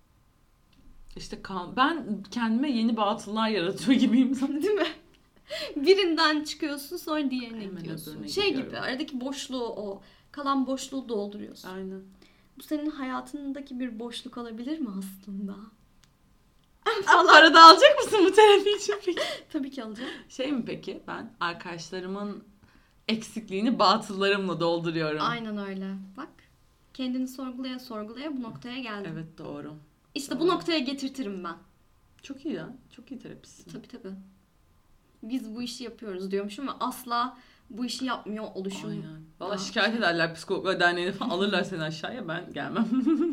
İşte ben kendime yeni batıllar yaratıyor gibiyim. Değil mi? Birinden çıkıyorsun sonra diğerine Hemen gidiyorsun. Şey gidiyorum. gibi aradaki boşluğu kalan boşluğu dolduruyorsun. Aynen. Bu senin hayatındaki bir boşluk olabilir mi aslında? Para da alacak mısın bu terapi için peki? Tabii ki alacağım. Şey mi peki? Ben arkadaşlarımın eksikliğini batıllarımla dolduruyorum. Aynen öyle. Bak. Kendini sorgulaya bu noktaya geldin. Evet doğru. İşte bu noktaya getirtirim ben. Çok iyi ya. Çok iyi terapistsin. Tabii. Biz bu işi yapıyoruz diyormuşum ve asla bu işi yapmıyor oluşum. Aynen. Valla şikayet ederler psikologlar derneğine falan alırlar seni aşağıya ben gelmem.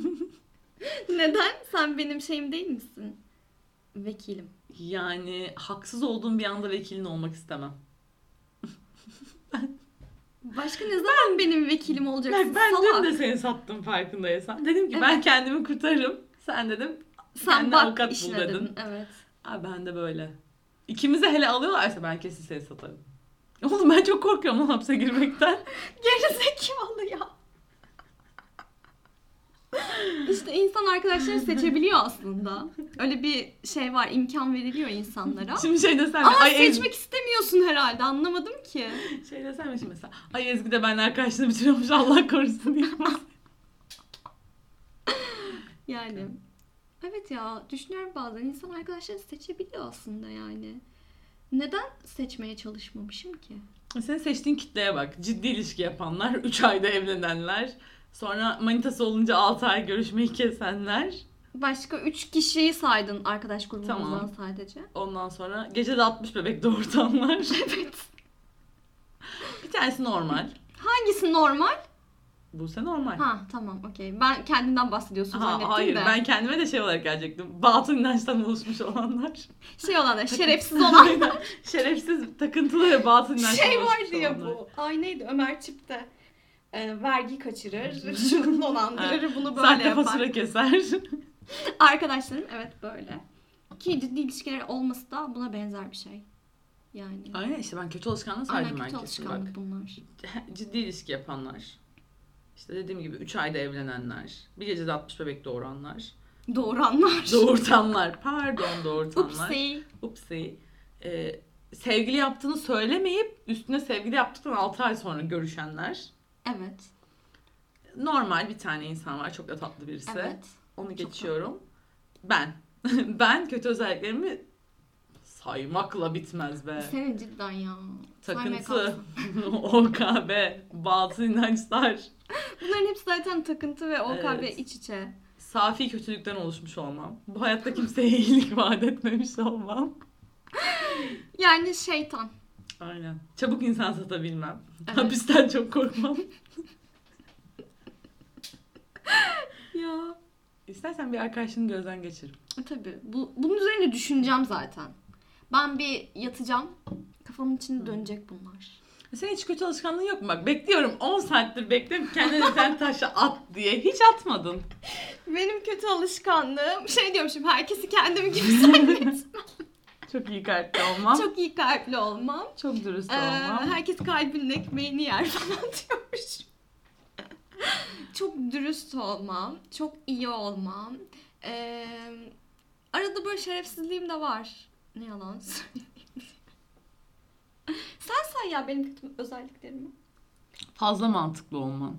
Neden? Sen benim şeyim değil misin? Vekilim. Yani haksız olduğum bir anda vekilin olmak istemem. Başka ne zaman benim vekilim olacaksın? Ben salak. dün de seni sattım farkındaysan. Dedim ki ben kendimi kurtarırım. Sen dedim sen bak avukat işine bul dedin. dedin. Evet. Ben de böyle. İkimize hele alıyorlarsa ben kesin seni satarım. Oğlum ben çok korkuyorum lan hapse girmekten. Gerizekalı ya. İşte insan arkadaşları seçebiliyor aslında. Öyle bir şey var, imkan veriliyor insanlara. Şimdi şey desem ama seçmek istemiyorsun herhalde, anlamadım ki. Şey desem mi şimdi mesela, ay Ezgi de benimle arkadaşlığını bitiriyormuş Allah korusun diye. Yani evet ya, düşünüyorum bazen insan arkadaşları seçebiliyor aslında yani. Neden seçmeye çalışmamışım ki? Senin seçtiğin kitleye bak. Ciddi ilişki yapanlar, 3 ayda evlenenler, sonra manitası olunca 6 ay görüşmeyi kesenler. Başka 3 kişiyi saydın arkadaş grubumuzdan tamam. Sadece. Ondan sonra gecede 60 bebek doğurtanlar. Evet. Bir tanesi normal. Hangisi normal? Buse normal. Tamam okey. Ben kendimden bahsediyorsun zannettim hayır, de. Hayır ben kendime de şey olarak gelecektim. Batıl inançtan oluşmuş olanlar. Şey olanlar, şerefsiz olanlar. Şerefsiz, takıntılı ve batıl inançtan şey oluşmuş vardı ya olanlar. bu. Ay neydi Ömer Çip'te. vergi kaçırır, şunu dolandırır, bunu böyle sahte yapar. fatura keser. Arkadaşlarım evet böyle. Ki ciddi ilişkiler olması da buna benzer bir şey. Yani. Aynen işte ben kötü alışkanlığı saydım kötü herkese. alışkanlık bunlar. Ciddi ilişki yapanlar. İşte dediğim gibi 3 ayda evlenenler. Bir gecede 60 bebek doğuranlar. Doğurtanlar. Pardon doğurtanlar. Upsi. Sevgili yaptığını söylemeyip üstüne sevgili yaptıktan 6 ay sonra görüşenler. Evet. Normal bir tane insan var. Çok da tatlı birisi. Evet. Onu geçiyorum. Ben. Ben kötü özelliklerimi saymakla bitmez be. Senin cidden ya. Takıntı, OKB, bazı inançlar. Bunların hepsi zaten takıntı ve OKB Evet. iç içe. Safi kötülükten oluşmuş olmam. Bu hayatta kimseye iyilik vaat etmemiş olmam. Yani şeytan. Aynen. Çabuk insan satabilmem. Evet. Hapisten çok korkmam. Ya. İstersen bir arkadaşını gözden geçir. Tabii. Bunun üzerine düşüneceğim zaten. Ben bir yatacağım. Kafamın içinde dönecek bunlar. Senin hiç kötü alışkanlığın yok mu? Bak bekliyorum. 10 saattir bekliyorum. Kendine sen taşı at diye. Hiç atmadın. Benim kötü alışkanlığım diyormuşum. Herkesi kendimi gibi zannetmem. Çok iyi kalpli olmam. Çok iyi kalpli olmam. Çok dürüst olmam. Herkes kalbinin ekmeğini yer falan diyormuş. Çok dürüst olmam. Çok iyi olmam. Arada böyle şerefsizliğim de var. Ne yalan söyleyeyim. Sen say ya benim kötü özelliklerimi. Fazla mantıklı olman.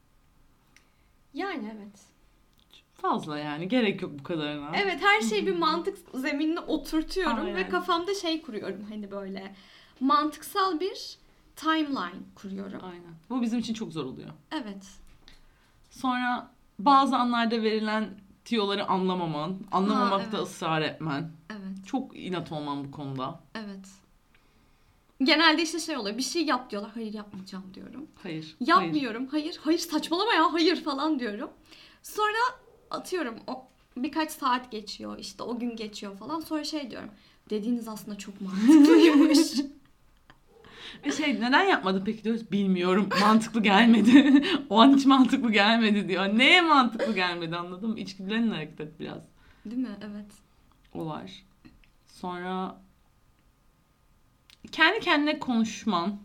Yani evet. Fazla yani. Gerek yok bu kadarına. Evet her şeyi bir mantık zeminine oturtuyorum. Aynen. Ve kafamda kuruyorum. Hani böyle mantıksal bir timeline kuruyorum. Aynen. Bu bizim için çok zor oluyor. Evet. Sonra bazı anlarda verilen tiyoları anlamamakta evet. ısrar etmen. Evet. Çok inat olman bu konuda. Evet. Genelde işte oluyor. Bir şey yap diyorlar. Hayır yapmayacağım diyorum. Hayır. Yapmıyorum. Hayır saçmalama ya. Hayır falan diyorum. Sonra atıyorum birkaç saat geçiyor. İşte o gün geçiyor falan. Sonra diyorum. Dediğiniz aslında çok mantıklıymış. Ve neden yapmadın peki diyoruz. Bilmiyorum. Mantıklı gelmedi. O an hiç mantıklı gelmedi diyor. Neye mantıklı gelmedi anladın mı? İçgüdülerinle hareket et biraz. Değil mi? Evet. O var. Sonra kendi kendine konuşman.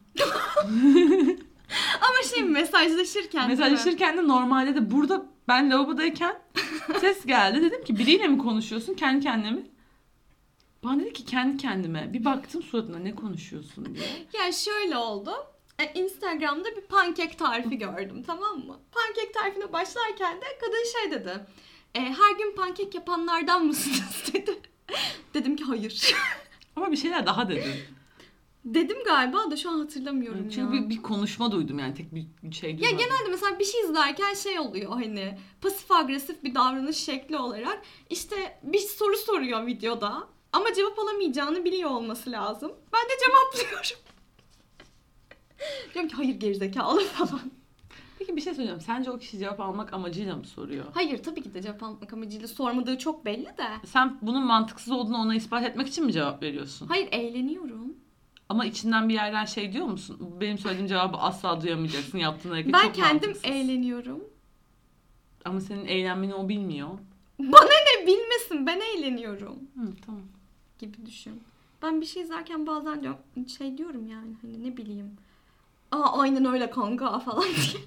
Ama mesajlaşırken de normalde de burada ben lavabodayken ses geldi. Dedim ki biriyle mi konuşuyorsun? Kendi kendine mi? Bana dedi ki kendi kendime. Bir baktım suratına ne konuşuyorsun diye. Yani şöyle oldu. Instagram'da bir pankek tarifi gördüm, tamam mı? Pankek tarifine başlarken de kadın dedi. Her gün pankek yapanlardan mısınız dedi. Dedim ki hayır. Ama bir şeyler daha dedin. Dedim galiba da şu an hatırlamıyorum ya. Çünkü bir konuşma duydum yani tek bir şey duymadım. Ya genelde mesela bir şey izlerken oluyor hani pasif agresif bir davranış şekli olarak işte bir soru soruyor videoda ama cevap alamayacağını biliyor olması lazım. Ben de cevaplıyorum. Diyorum ki hayır gerizekalı falan. Peki bir şey söyleyeceğim. Sence o kişi cevap almak amacıyla mı soruyor? Hayır tabii ki de cevap almak amacıyla sormadığı çok belli de. Sen bunun mantıksız olduğunu ona ispat etmek için mi cevap veriyorsun? Hayır eğleniyorum. Ama içinden bir yerden diyor musun? Benim söylediğim cevabı asla duyamayacaksın. Yaptığın hareket Ben çok kendim mantıksız. eğleniyorum. Ama senin eğlenmeni o bilmiyor. Bana ne bilmesin ben eğleniyorum. Tamam. Gibi düşün. Ben bir şey izlerken bazen diyorum yani hani ne bileyim. Aynen öyle kanka falan diye.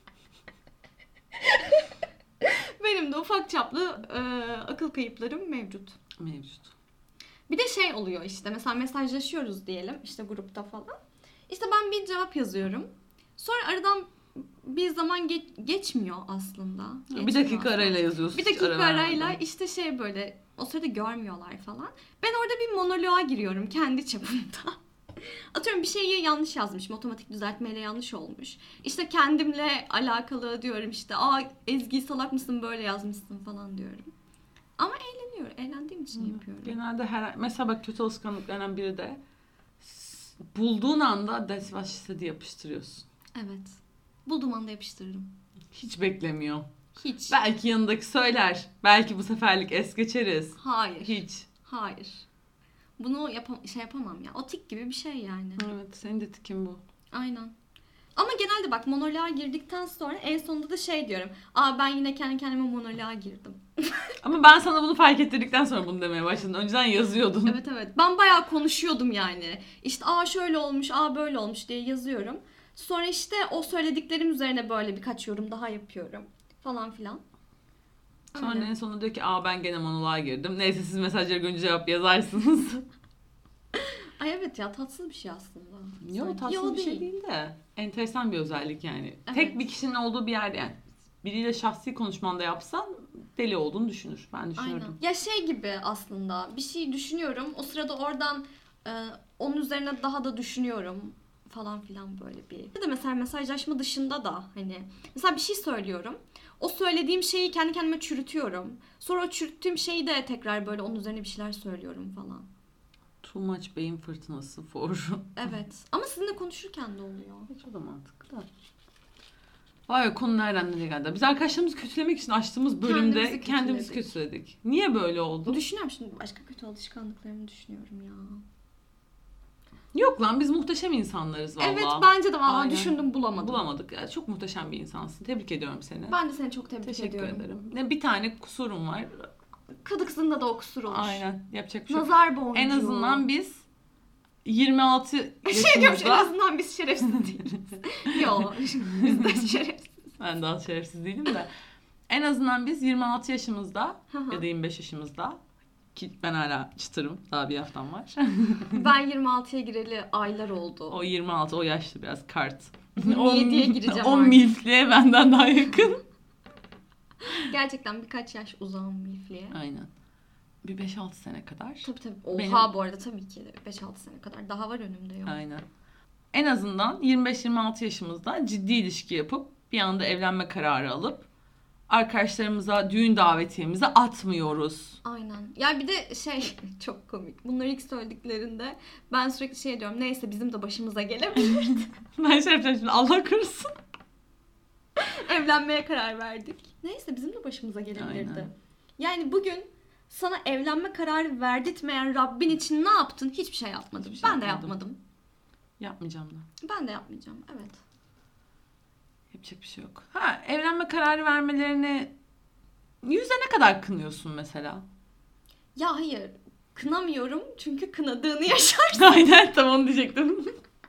Benim de ufak çaplı akıl kayıplarım mevcut. Bir de oluyor işte mesela mesajlaşıyoruz diyelim işte grupta falan. İşte ben bir cevap yazıyorum. Sonra aradan bir zaman geçmiyor aslında. Bir dakika arayla yazıyorsun. Bir dakika arayla işte böyle o sırada görmüyorlar falan. Ben orada bir monoloğa giriyorum kendi çapımda. Atıyorum bir şeyi yanlış yazmışım. Otomatik düzeltmeyle yanlış olmuş. İşte kendimle alakalı diyorum işte. Ezgi salak mısın böyle yazmışsın falan diyorum. Ama eğlendiğim için yapıyorum. Genelde mesela bak kötü alışkanlıklardan biri de bulduğun anda that's what she said'i yapıştırıyorsun. Evet. Bulduğum anda yapıştırırım. Hiç beklemiyor. Hiç. Belki yanındaki söyler. Belki bu seferlik es geçeriz. Hayır. Hiç. Hayır. Bunu yapamam ya. O tik gibi bir şey yani. Evet, senin de tikin bu. Aynen. Ama genelde bak monoloğa girdikten sonra en sonunda da şey diyorum. Ben yine kendi kendime monoloğa girdim. Ama ben sana bunu fark ettirdikten sonra bunu demeye başladın. Önceden yazıyordun. Evet. Ben bayağı konuşuyordum yani. İşte şöyle olmuş, böyle olmuş diye yazıyorum. Sonra işte o söylediklerim üzerine böyle birkaç yorum daha yapıyorum. Falan filan. Sonra en sonunda diyor ki ben gene monoloğa girdim. Neyse siz mesajları görünce cevap yazarsınız. Ay evet ya, tatsız bir şey aslında. Yok, tatsız bir şey değil de. Enteresan bir özellik yani. Evet. Tek bir kişinin olduğu bir yerde yani. Biriyle şahsi konuşmanda yapsan deli olduğunu düşünür. Ben düşünürdüm. Aynen. Ya şey gibi aslında, bir şey düşünüyorum. O sırada oradan onun üzerine daha da düşünüyorum falan filan böyle bir. Ya da mesela mesajlaşma dışında da hani mesela bir şey söylüyorum. O söylediğim şeyi kendi kendime çürütüyorum. Sonra o çürüttüğüm şeyi de tekrar böyle onun üzerine bir şeyler söylüyorum falan. Too much beyin fırtınası for. Evet. Ama sizinle konuşurken de oluyor. Hiç o da mantıklı da. Vay, konu nereden nereye geldi? Biz arkadaşlarımızı kötülemek için açtığımız bölümde kendimizi kötüledik. Niye böyle oldu? Düşünüyorum şimdi, başka kötü alışkanlıklarımı düşünüyorum ya. Yok lan, biz muhteşem insanlarız valla. Evet, bence de valla düşündüm, bulamadım. Bulamadık. Yani çok muhteşem bir insansın. Tebrik ediyorum seni. Ben de seni çok tebrik Teşekkür ediyorum. ederim. Bir tane kusurum var. Kadıksında da o kusur olur. Aynen. Yapacak bir şey yok. Nazar boncuğu. En azından biz 26 yaşımızda... Şey diyormuş, en azından biz şerefsiz değiliz. Yok, biz de şerefsiz. Ben daha şerefsiz değilim de. En azından biz 26 yaşımızda ya da 25 yaşımızda, ki ben hala çıtırım, daha bir haftam var. Ben 26'ya gireli aylar oldu. O 26, o yaşlı biraz kart. 27'ye gireceğim 10 artık. milfliğe benden daha yakın. Gerçekten birkaç yaş uzağım milfliğe. Aynen. Bir 5-6 sene kadar. Tabii. Oha, Benim... bu arada tabii ki 5-6 sene kadar. Daha var önümde yok. Aynen. En azından 25-26 yaşımızda ciddi ilişki yapıp bir anda evlenme kararı alıp arkadaşlarımıza düğün davetiyemizi atmıyoruz. Aynen. Ya bir de şey çok komik. Bunları ilk söylediklerinde ben sürekli şey diyorum. Neyse bizim de başımıza gelebilirdi. Ben şey yapacağım şimdi, Allah korusun. Evlenmeye karar verdik. Neyse bizim de başımıza gelebilirdi. Aynen. Yani bugün sana evlenme kararı verdirtmeyen Rabbin için ne yaptın? Hiçbir şey yapmadım. Hiçbir şey ben de yapmadım. yapmadım. Yapmayacağım da. Ben de yapmayacağım. Evet. Yapacak bir şey yok. Evlenme kararı vermelerini yüzde ne kadar kınıyorsun mesela? Ya hayır. Kınamıyorum çünkü kınadığını yaşarsın. Aynen, tam onu diyecektim.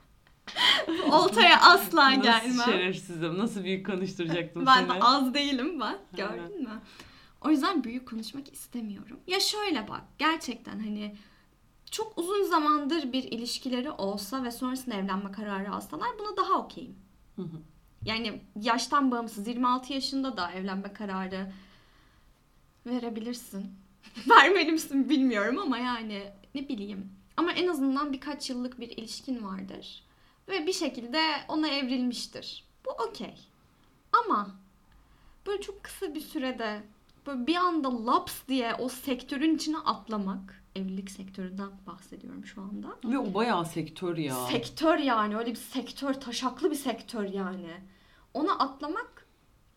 Oltaya asla gelmem. Nasıl şerefsizim. Nasıl büyük konuşturacaktım Ben seni. de az değilim ben. Aynen. Gördün mü? O yüzden büyük konuşmak istemiyorum. Ya şöyle bak. Gerçekten hani çok uzun zamandır bir ilişkileri olsa ve sonrasında evlenme kararı alsalar buna daha okeyim. Hı. Yani yaştan bağımsız 26 yaşında da evlenme kararı verebilirsin. Vermeli misin bilmiyorum ama yani ne bileyim. Ama en azından birkaç yıllık bir ilişkin vardır. Ve bir şekilde ona evrilmiştir. Bu okey. Ama böyle çok kısa bir sürede böyle bir anda laps diye o sektörün içine atlamak. Evlilik sektöründen bahsediyorum şu anda. Ve o bayağı sektör ya. Sektör yani. Öyle bir sektör. Taşaklı bir sektör yani. Ona atlamak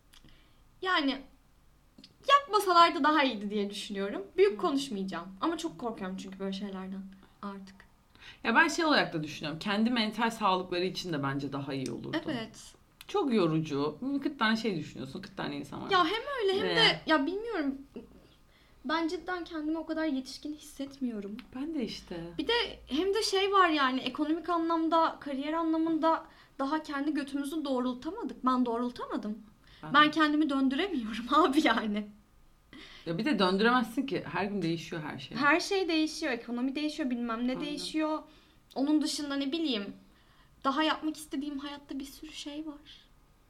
yani yapmasalardı daha iyiydi diye düşünüyorum. Büyük konuşmayacağım. Ama çok korkuyorum çünkü böyle şeylerden artık. Ya ben şey olarak da düşünüyorum. Kendi mental sağlıkları için de bence daha iyi olurdu. Evet. Çok yorucu. 40 tane şey düşünüyorsun. 40 tane insan var. Ya hem öyle hem de ya bilmiyorum. Ben cidden kendimi o kadar yetişkin hissetmiyorum. Ben de işte. Bir de hem de şey var yani ekonomik anlamda, kariyer anlamında daha kendi götümüzü doğrultamadık. Ben doğrultamadım. Ben kendimi döndüremiyorum abi yani. Ya bir de döndüremezsin ki. Her gün değişiyor her şey. Her şey değişiyor. Ekonomi değişiyor. Bilmem ne değişiyor. Onun dışında ne bileyim. Daha yapmak istediğim hayatta bir sürü şey var.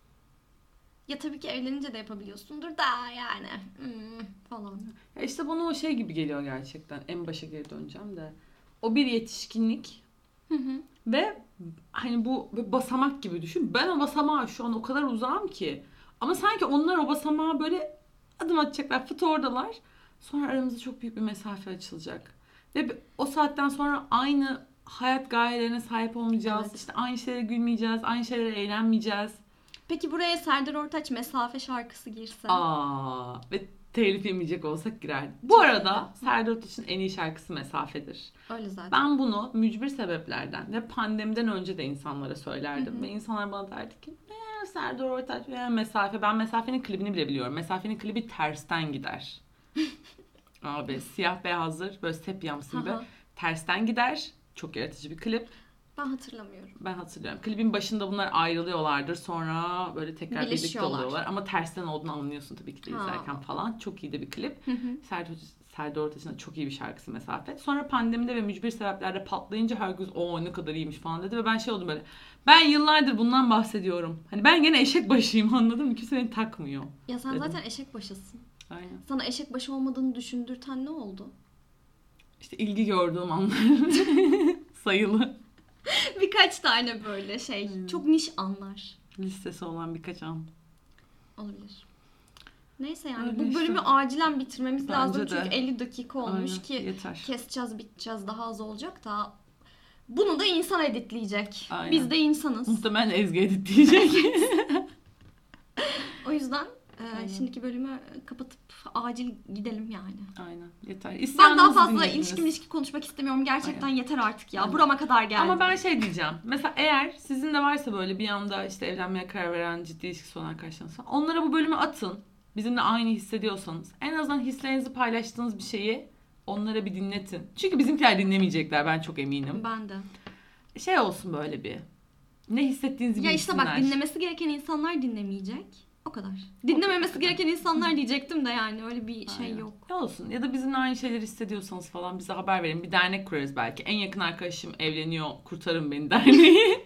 Ya tabii ki evlenince de yapabiliyorsundur da yani. Falan. Ya işte bana o şey gibi geliyor gerçekten. En başa geri döneceğim de. O bir yetişkinlik. Ve hani bu basamak gibi düşün. Ben o basamağa şu an o kadar uzağım ki. Ama sanki onlar o basamağa böyle adım atacaklar. Fıt oradalar. Sonra aramızda çok büyük bir mesafe açılacak. Ve o saatten sonra aynı hayat gayelerine sahip olmayacağız. Evet. İşte aynı şeylere gülmeyeceğiz. Aynı şeylere eğlenmeyeceğiz. Peki buraya Serdar Ortaç mesafe şarkısı girse? Ve telif yemeyecek olsak girerdik. Bu arada Serdar Ortaç'ın en iyi şarkısı Mesafe'dir. Öyle zaten. Ben bunu mücbir sebeplerden ve pandemiden önce de insanlara söylerdim. Ve insanlar bana derdi ki Serdar Ortaç Mesafe. Ben Mesafe'nin klibini bile biliyorum. Mesafe'nin klibi tersten gider. Abi siyah beyazdır. Böyle sepyamsı gibi. Tersten gider. Çok yaratıcı bir klip. Ben hatırlamıyorum. Ben hatırlıyorum. Klibin başında bunlar ayrılıyorlardır. Sonra böyle tekrar birlikte oluyorlar. Ama tersten olduğunu anlıyorsun tabii ki de izlerken falan. Çok iyi de bir klip. Serdar Ortaç'ın çok iyi bir şarkısı Mesafe. Sonra pandemide ve mücbir sebeplerde patlayınca herkes ne kadar iyiymiş falan dedi. Ve ben oldum böyle. Ben yıllardır bundan bahsediyorum. Hani ben gene eşek başıyım, anladın mı? Kimse beni takmıyor. Ya sen dedim. Zaten eşek başısın. Aynen. Sana eşek başı olmadığını düşündürten ne oldu? İşte ilgi gördüğüm anlar. Sayılı. Birkaç tane böyle çok niş anlar. Listesi olan birkaç an. Olabilir. Neyse yani öyle bu bölümü acilen bitirmemiz Bence lazım. de. Çünkü 50 dakika olmuş. Aynen, ki yeter. Keseceğiz, biteceğiz, daha az olacak da bunu da insan editleyecek. Aynen. Biz de insanız. Muhtemelen Ezgi editleyecek. O yüzden şimdiki bölümü kapatıp acil gidelim yani. Aynen, yeter. Ben daha fazla ilişki konuşmak istemiyorum. Gerçekten yeter artık ya. Burama kadar geldi. Ama ben diyeceğim. Mesela eğer sizin de varsa böyle bir anda işte evlenmeye karar veren, ciddi ilişkisi olan arkadaşlarınız falan, onlara bu bölümü atın. Bizimle aynı hissediyorsanız. En azından hislerinizi paylaştığınız bir şeyi onlara bir dinletin. Çünkü bizimkiler dinlemeyecekler, ben çok eminim. Ben de. Olsun böyle bir. Ne hissettiğinizi bilsinler. Ya işte bak, dinlemesi gereken insanlar dinlemeyecek. O kadar. Dinlememesi gereken insanlar diyecektim de yani öyle bir şey yok. Olsun. Ya da bizimle aynı şeyleri hissediyorsanız falan bize haber verin. Bir dernek kurarız belki. En yakın arkadaşım evleniyor, kurtarın beni derneği.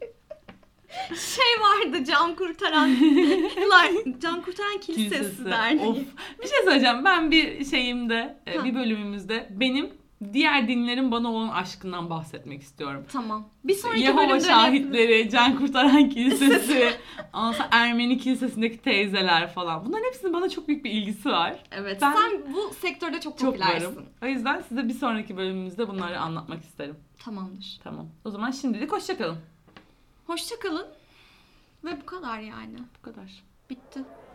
Vardı Can Kurtaran. Can Kurtaran Kilisesi derneği. Of. Bir şey söyleyeceğim. Ben bir şeyimde, bir bölümümüzde benim diğer dinlerin bana olan aşkından bahsetmek istiyorum. Tamam. Bir sonraki Yehova bölümde şahitleri, Can Kurtaran Kilisesi, Ermeni kilisesindeki teyzeler falan. Bunların hepsinin bana çok büyük bir ilgisi var. Evet. Sen bu sektörde çok popülersin. Varım. O yüzden size bir sonraki bölümümüzde bunları anlatmak isterim. Tamamdır. Tamam. O zaman şimdilik hoşça kalın. Hoşça kalın. Ve bu kadar yani. Bu kadar. Bitti.